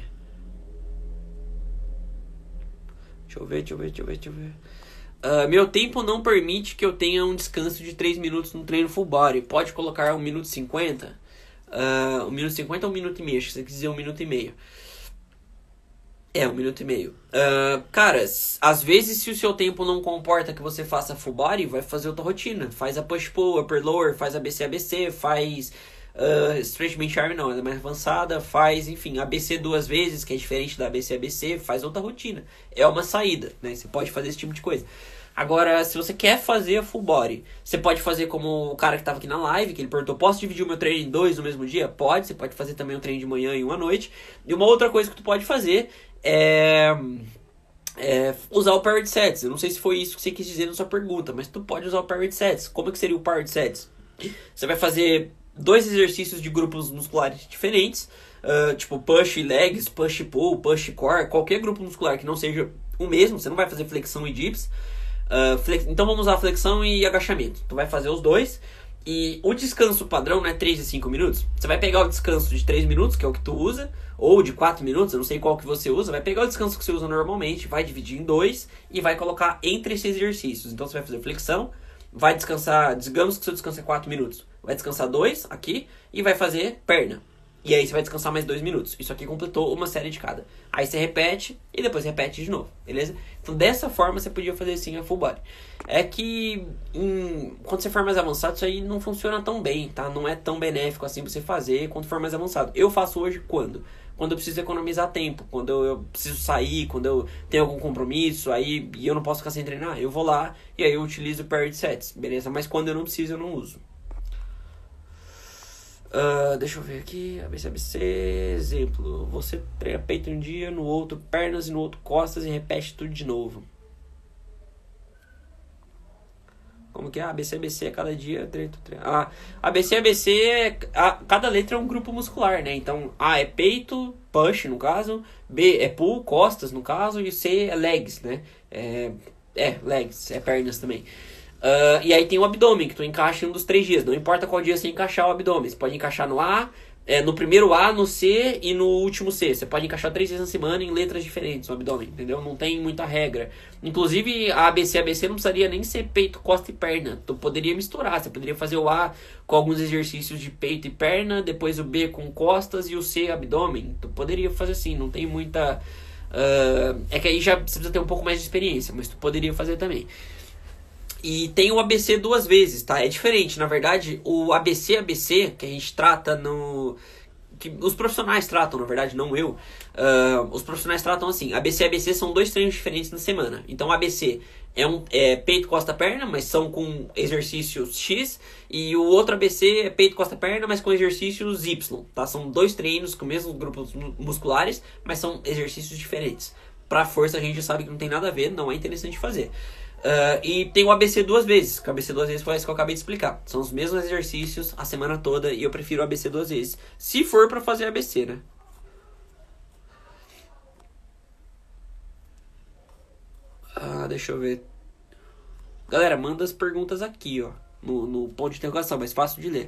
Deixa eu ver, deixa eu ver, deixa eu ver, deixa eu ver. Uh, meu tempo não permite que eu tenha um descanso de três minutos no treino full body. Pode colocar um minuto e cinquenta? Uh, um minuto e cinquenta ou um minuto e meio? Acho que você quiser um minuto e meio. É, um minuto e meio. Uh, cara, às vezes se o seu tempo não comporta que você faça full body, vai fazer outra rotina. Faz a push-pull, upper lower, faz a B C, A B C, faz uh, straight bench arm, não, ela é mais avançada, faz, enfim, A B C duas vezes, que é diferente da A B C, A B C, faz outra rotina. É uma saída, né? Você pode fazer esse tipo de coisa. Agora, se você quer fazer a full body, você pode fazer como o cara que estava aqui na live, que ele perguntou, posso dividir o meu treino em dois no mesmo dia? Pode, você pode fazer também um treino de manhã e um à noite. E uma outra coisa que tu pode fazer é, é usar o powered sets. Eu não sei se foi isso que você quis dizer na sua pergunta, mas tu pode usar o powered sets. Como é que seria o powered sets? Você vai fazer dois exercícios de grupos musculares diferentes, uh, tipo push legs, push pull, push core, qualquer grupo muscular que não seja o mesmo. Você não vai fazer flexão e dips. Uh, flex... Então vamos usar flexão e agachamento. Tu vai fazer os dois. E o descanso padrão não é três e cinco minutos. Você vai pegar o descanso de três minutos, que é o que tu usa, ou de quatro minutos, eu não sei qual que você usa. Vai pegar o descanso que você usa normalmente, vai dividir em dois e vai colocar entre esses exercícios. Então você vai fazer flexão, vai descansar, digamos que o seu descanso é quatro minutos, vai descansar dois aqui e vai fazer perna. E aí você vai descansar mais dois minutos. Isso aqui completou uma série de cada. Aí você repete e depois repete de novo, beleza? Então dessa forma você podia fazer sim a full body. É que em, quando você for mais avançado isso aí não funciona tão bem, tá? Não é tão benéfico assim pra você fazer quando for mais avançado. Eu faço hoje quando? Quando eu preciso economizar tempo, quando eu, eu preciso sair, quando eu tenho algum compromisso, aí e eu não posso ficar sem treinar, eu vou lá e aí eu utilizo o paired sets, beleza? Mas quando eu não preciso eu não uso. Uh, deixa eu ver aqui, A B C, A B C, exemplo, você treina peito um dia, no outro pernas e no outro costas e repete tudo de novo. Como que é? A B C, A B C, cada dia treino, treino. Ah, A B C, A B C, é, a, cada letra é um grupo muscular, né? Então A é peito, push no caso, B é pull, costas no caso, e C é legs, né? É, é legs, é pernas também. Uh, e aí tem o abdômen, que tu encaixa em um dos três dias. Não importa qual dia você encaixar o abdômen. Você pode encaixar no A, é, no primeiro A, no C e no último C. Você pode encaixar três vezes na semana em letras diferentes no abdômen, entendeu? Não tem muita regra. Inclusive, a A B C, A B C não precisaria nem ser peito, costa e perna. Tu poderia misturar. Você poderia fazer o A com alguns exercícios de peito e perna, depois o B com costas e o C abdômen. Tu poderia fazer assim, não tem muita... Uh, é que aí já precisa ter um pouco mais de experiência, mas tu poderia fazer também. E tem o A B C duas vezes, tá? É diferente, na verdade, o A B C, A B C, que a gente trata no... que os profissionais tratam, na verdade, não eu. Uh, os profissionais tratam assim, A B C e A B C são dois treinos diferentes na semana. Então A B C é, um, é peito, costa, perna, mas são com exercícios X. E o outro A B C é peito, costa, perna, mas com exercícios Y, tá? São dois treinos com mesmos grupos musculares, mas são exercícios diferentes. Pra força a gente sabe que não tem nada a ver, não é interessante fazer. Uh, e tem o A B C duas vezes, que o A B C duas vezes foi isso que eu acabei de explicar. São os mesmos exercícios a semana toda e eu prefiro o A B C duas vezes. Se for pra fazer A B C, né? Ah, deixa eu ver. Galera, manda as perguntas aqui, ó. No, no ponto de interrogação, mais fácil de ler.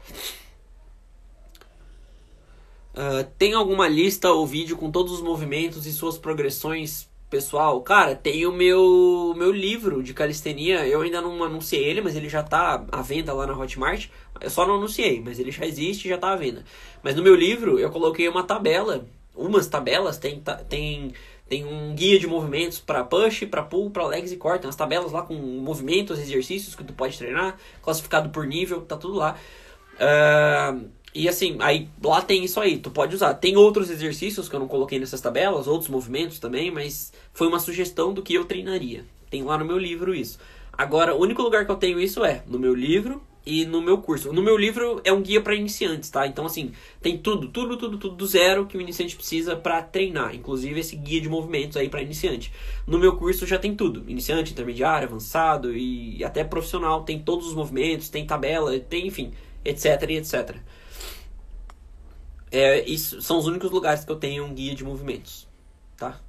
Uh, tem alguma lista ou vídeo com todos os movimentos e suas progressões, pessoal? Cara, tem o meu, meu livro de calistenia. Eu ainda não anunciei ele, mas ele já tá à venda lá na Hotmart. Eu só não anunciei, mas ele já existe e já tá à venda. Mas no meu livro eu coloquei uma tabela, umas tabelas, tem... tem Tem um guia de movimentos para push, para pull, para legs e core. Tem umas tabelas lá com movimentos, exercícios que tu pode treinar, classificado por nível, tá tudo lá. Uh, e assim, aí lá tem isso aí, tu pode usar. Tem outros exercícios que eu não coloquei nessas tabelas, outros movimentos também, mas foi uma sugestão do que eu treinaria. Tem lá no meu livro isso. Agora, o único lugar que eu tenho isso é no meu livro e no meu curso. No meu livro é um guia para iniciantes, tá? Então, assim, tem tudo, tudo, tudo, tudo do zero que o iniciante precisa para treinar. Inclusive esse guia de movimentos aí para iniciante. No meu curso já tem tudo. Iniciante, intermediário, avançado e até profissional. Tem todos os movimentos, tem tabela, tem, enfim, etc e etcétera. É, isso são os únicos lugares que eu tenho um guia de movimentos, tá?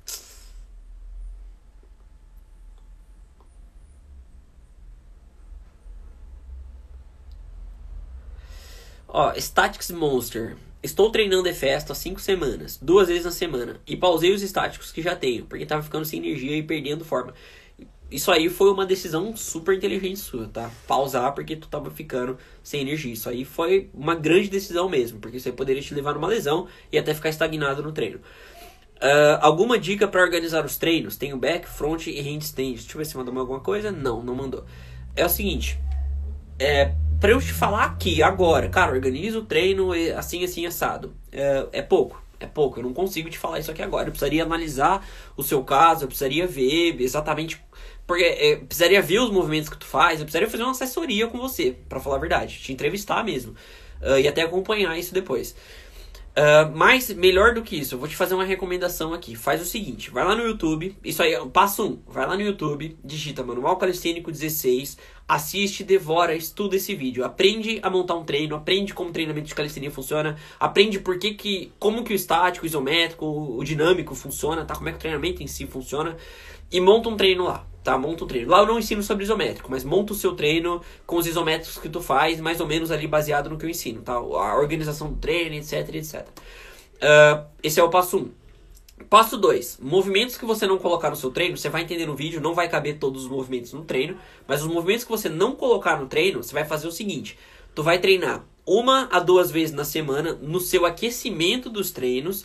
Ó, Statics Monster. Estou treinando Efesto há cinco semanas, duas vezes na semana, e pausei os estáticos que já tenho, porque tava ficando sem energia e perdendo forma. Isso aí foi uma decisão super inteligente sua, tá? Pausar porque tu tava ficando sem energia. Isso aí foi uma grande decisão mesmo, porque isso aí poderia te levar numa lesão e até ficar estagnado no treino. Uh, alguma dica para organizar os treinos? Tenho back, front e handstand. Deixa eu ver se mandou alguma coisa. Não, não mandou. É o seguinte, é... Pra eu te falar aqui, agora, cara, organiza o treino assim, assim, assado. É, é pouco, é pouco. Eu não consigo te falar isso aqui agora. Eu precisaria analisar o seu caso, eu precisaria ver exatamente... Porque é, eu precisaria ver os movimentos que tu faz, eu precisaria fazer uma assessoria com você, pra falar a verdade. Te entrevistar mesmo. Uh, e até acompanhar isso depois. Uh, mas, melhor do que isso, eu vou te fazer uma recomendação aqui. Faz o seguinte, vai lá no YouTube, isso aí, passo um, vai lá no YouTube, digita Manual Calistênico dezesseis, assiste, devora, estuda esse vídeo, aprende a montar um treino, aprende como o treinamento de calistenia funciona, aprende por que que, como que o estático, o isométrico, o dinâmico funciona, tá? Como é que o treinamento em si funciona, e monta um treino lá, tá? Monta um treino. Lá eu não ensino sobre isométrico, mas monta o seu treino com os isométricos que tu faz, mais ou menos ali baseado no que eu ensino, tá? A organização do treino, etc, etcétera. Uh, esse é o passo um. Passo dois. Movimentos que você não colocar no seu treino, você vai entender no vídeo, não vai caber todos os movimentos no treino, mas os movimentos que você não colocar no treino, você vai fazer o seguinte, tu vai treinar uma a duas vezes na semana no seu aquecimento dos treinos,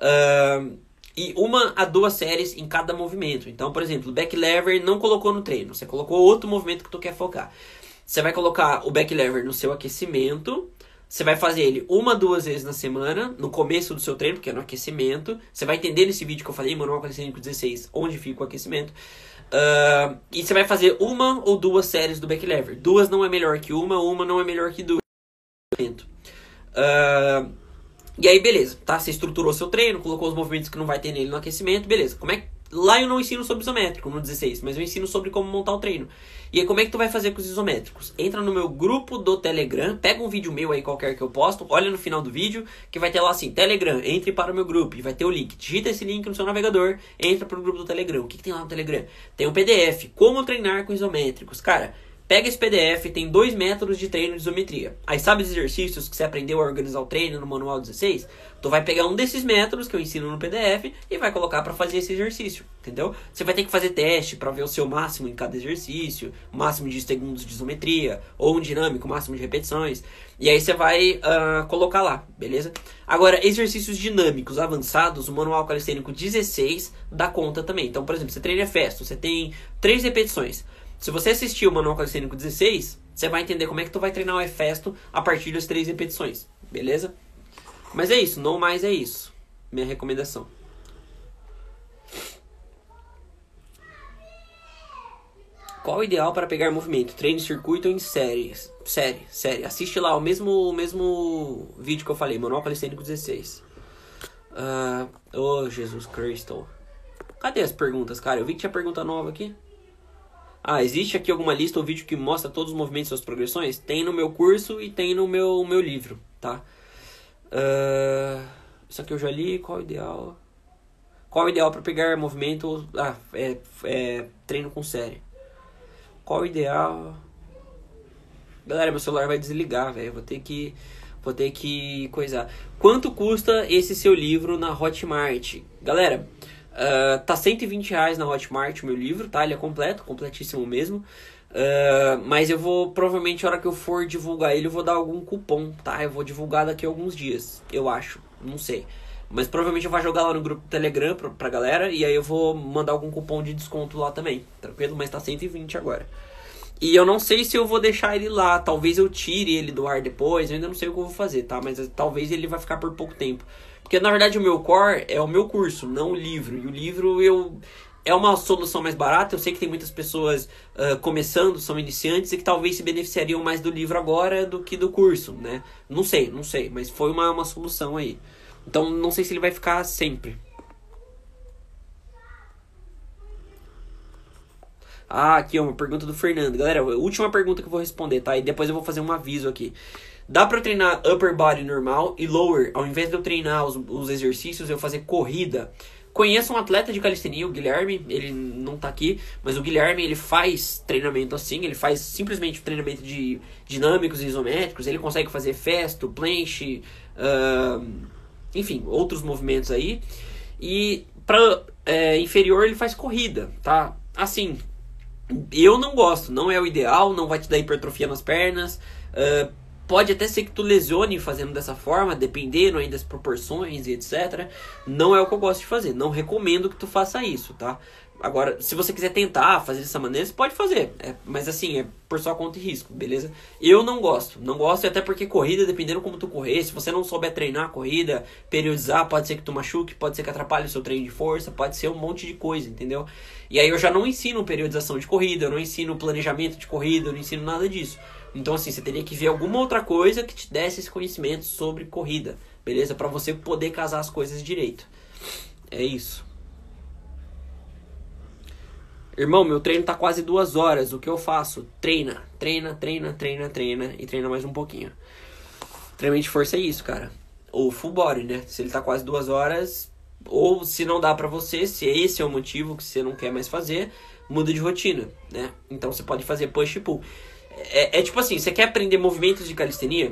uh, e uma a duas séries em cada movimento. Então, por exemplo, o back lever não colocou no treino, você colocou outro movimento que tu quer focar. Você vai colocar o back lever no seu aquecimento, você vai fazer ele uma, duas vezes na semana, no começo do seu treino, porque é no aquecimento. Você vai entender nesse vídeo que eu falei, Manual Calistênico dezesseis, onde fica o aquecimento. Uh, e você vai fazer uma ou duas séries do back lever. Duas não é melhor que uma, uma não é melhor que duas. Uh, e aí, beleza, tá? Você estruturou seu treino, colocou os movimentos que não vai ter nele no aquecimento, beleza. Como é que... Lá eu não ensino sobre isométrico no dezesseis, mas eu ensino sobre como montar o treino. E aí como é que tu vai fazer com os isométricos? Entra no meu grupo do Telegram, pega um vídeo meu aí qualquer que eu posto, olha no final do vídeo, que vai ter lá assim, Telegram, entre para o meu grupo, e vai ter o link. Digita esse link no seu navegador, entra para o grupo do Telegram. O que, que tem lá no Telegram? Tem um P D F, como treinar com isométricos. Cara, pega esse P D F, tem dois métodos de treino de isometria. Aí sabe os exercícios que você aprendeu a organizar o treino no Manual dezesseis? Tu vai pegar um desses métodos que eu ensino no P D F e vai colocar para fazer esse exercício, entendeu? Você vai ter que fazer teste para ver o seu máximo em cada exercício, máximo de segundos de isometria, ou um dinâmico, máximo de repetições. E aí você vai uh, colocar lá, beleza? Agora, exercícios dinâmicos avançados, o Manual Calistênico dezesseis dá conta também. Então, por exemplo, você treina Festo, você tem três repetições. Se você assistir o Manual Calistênico dezesseis, você vai entender como é que tu vai treinar o Efesto a partir das três repetições, beleza? Mas é isso, não mais é isso. Minha recomendação. Qual o ideal para pegar movimento? Treino em circuito ou em série? Série, série. Assiste lá o mesmo, o mesmo vídeo que eu falei, Manual Calistênico dezesseis. Ah, oh, Jesus Cristo. Cadê as perguntas, cara? Eu vi que tinha pergunta nova aqui. Ah, existe aqui alguma lista ou vídeo que mostra todos os movimentos e suas progressões? Tem no meu curso e tem no meu, meu livro, tá? Uh, isso aqui eu já li. Qual o ideal? Qual o ideal para pegar movimento? Ah, é, é treino com série. Qual o ideal? Galera, meu celular vai desligar, velho. Vou ter que... Vou ter que coisar. Quanto custa esse seu livro na Hotmart? Galera, uh, tá cento e vinte reais na Hotmart o meu livro, tá? Ele é completo, completíssimo mesmo. Uh, mas eu vou, provavelmente, a hora que eu for divulgar ele, eu vou dar algum cupom, tá? Eu vou divulgar daqui a alguns dias, eu acho. Não sei. Mas provavelmente eu vou jogar lá no grupo do Telegram pra, pra galera. E aí eu vou mandar algum cupom de desconto lá também. Tranquilo? Mas tá cento e vinte agora. E eu não sei se eu vou deixar ele lá. Talvez eu tire ele do ar depois. Eu ainda não sei o que eu vou fazer, tá? Mas talvez ele vai ficar por pouco tempo. Porque na verdade o meu core é o meu curso, não o livro. E o livro eu... é uma solução mais barata. Eu sei que tem muitas pessoas uh, começando, são iniciantes, e que talvez se beneficiariam mais do livro agora do que do curso, né? Não sei, não sei. Mas foi uma, uma solução aí. Então, não sei se ele vai ficar sempre. Ah, aqui, ó, uma pergunta do Fernando. Galera, última pergunta que eu vou responder, tá? E depois eu vou fazer um aviso aqui. Dá pra eu treinar upper body normal e lower? Ao invés de eu treinar os, os exercícios, eu fazer corrida? Conheço um atleta de calistenia, o Guilherme. Ele não tá aqui, mas o Guilherme, ele faz treinamento assim. Ele faz simplesmente treinamento de dinâmicos e isométricos. Ele consegue fazer festo, planche... Uh, enfim, outros movimentos aí. E para é, inferior ele faz corrida, tá? Assim, eu não gosto, não é o ideal, não vai te dar hipertrofia nas pernas. Uh, pode até ser que tu lesione fazendo dessa forma, dependendo aí das proporções e etcétera. Não é o que eu gosto de fazer, não recomendo que tu faça isso, tá? Agora, se você quiser tentar fazer dessa maneira, você pode fazer. É, mas assim, é por sua conta e risco, beleza? Eu não gosto. Não gosto até porque corrida, dependendo como tu correr, se você não souber treinar a corrida, periodizar, pode ser que tu machuque, pode ser que atrapalhe o seu treino de força, pode ser um monte de coisa, entendeu? E aí eu já não ensino periodização de corrida, eu não ensino planejamento de corrida, eu não ensino nada disso. Então assim, você teria que ver alguma outra coisa que te desse esse conhecimento sobre corrida, beleza? Pra você poder casar as coisas direito. É isso. Irmão, meu treino tá quase duas horas. O que eu faço? Treina, treina, treina, treina, treina e treina mais um pouquinho. Treinamento de força é isso, cara. Ou full body, né? Se ele tá quase duas horas, ou se não dá pra você, se esse é o motivo que você não quer mais fazer, muda de rotina, né? Então você pode fazer push e pull. É, é tipo assim, você quer aprender movimentos de calistenia?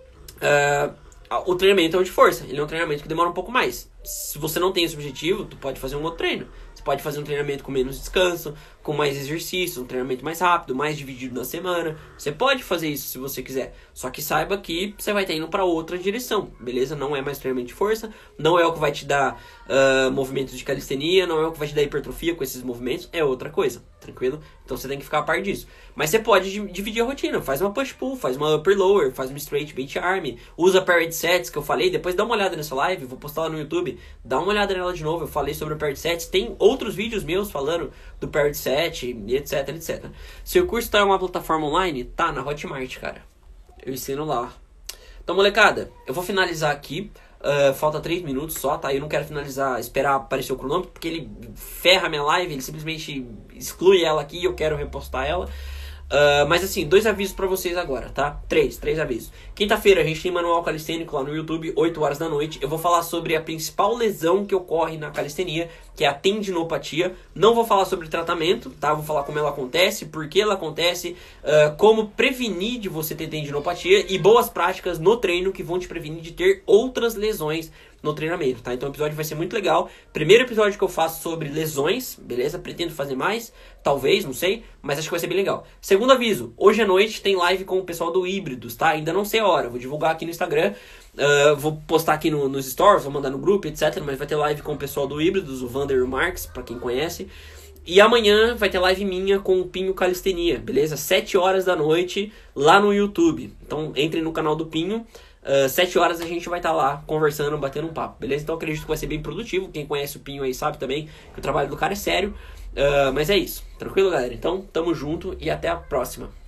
Uh, o treinamento é o de força. Ele é um treinamento que demora um pouco mais. Se você não tem esse objetivo, tu pode fazer um outro treino. Você pode fazer um treinamento com menos descanso, com mais exercício, um treinamento mais rápido, mais dividido na semana. Você pode fazer isso se você quiser. Só que saiba que você vai estar indo para outra direção, beleza? Não é mais treinamento de força, não é o que vai te dar uh, movimentos de calistenia, não é o que vai te dar hipertrofia com esses movimentos, é outra coisa, tranquilo? Então você tem que ficar a par disso. Mas você pode dividir a rotina, faz uma push-pull, faz uma upper-lower, faz uma straight bench arm, usa paired sets que eu falei, depois dá uma olhada nessa live, vou postar lá no YouTube, dá uma olhada nela de novo, eu falei sobre o paired sets, tem outros vídeos meus falando do paired set e etc, etcétera. Se o curso tá em uma plataforma online, tá na Hotmart, cara. Eu ensino lá. Então, molecada, eu vou finalizar aqui. Uh, falta três minutos só, tá? Eu não quero finalizar, esperar aparecer o cronômetro, porque ele ferra a minha live, ele simplesmente exclui ela aqui e eu quero repostar ela. Uh, mas assim, dois avisos pra vocês agora, tá? Três, três avisos. Quinta-feira a gente tem Manual Calistênico lá no YouTube, oito horas da noite. Eu vou falar sobre a principal lesão que ocorre na calistenia, que é a tendinopatia. Não vou falar sobre tratamento, tá? Vou falar como ela acontece, por que ela acontece, uh, como prevenir de você ter tendinopatia e boas práticas no treino que vão te prevenir de ter outras lesões no treinamento, tá? Então o episódio vai ser muito legal. Primeiro episódio que eu faço sobre lesões, beleza? Pretendo fazer mais, talvez, não sei, mas acho que vai ser bem legal. Segundo aviso, hoje à noite tem live com o pessoal do Híbridos, tá? Ainda não sei a hora, vou divulgar aqui no Instagram, uh, vou postar aqui no, nos stories, vou mandar no grupo, etcétera. Mas vai ter live com o pessoal do Híbridos, o Vander e o Marx, pra quem conhece. E amanhã vai ter live minha com o Pinho Calistenia, beleza? sete horas da noite lá no YouTube. Então entre no canal do Pinho. Uh, sete horas a gente vai estar tá lá conversando, batendo um papo, beleza? Então acredito que vai ser bem produtivo. Quem conhece o Pinho aí sabe também que o trabalho do cara é sério. Uh, mas é isso, tranquilo, galera? Então tamo junto e até a próxima.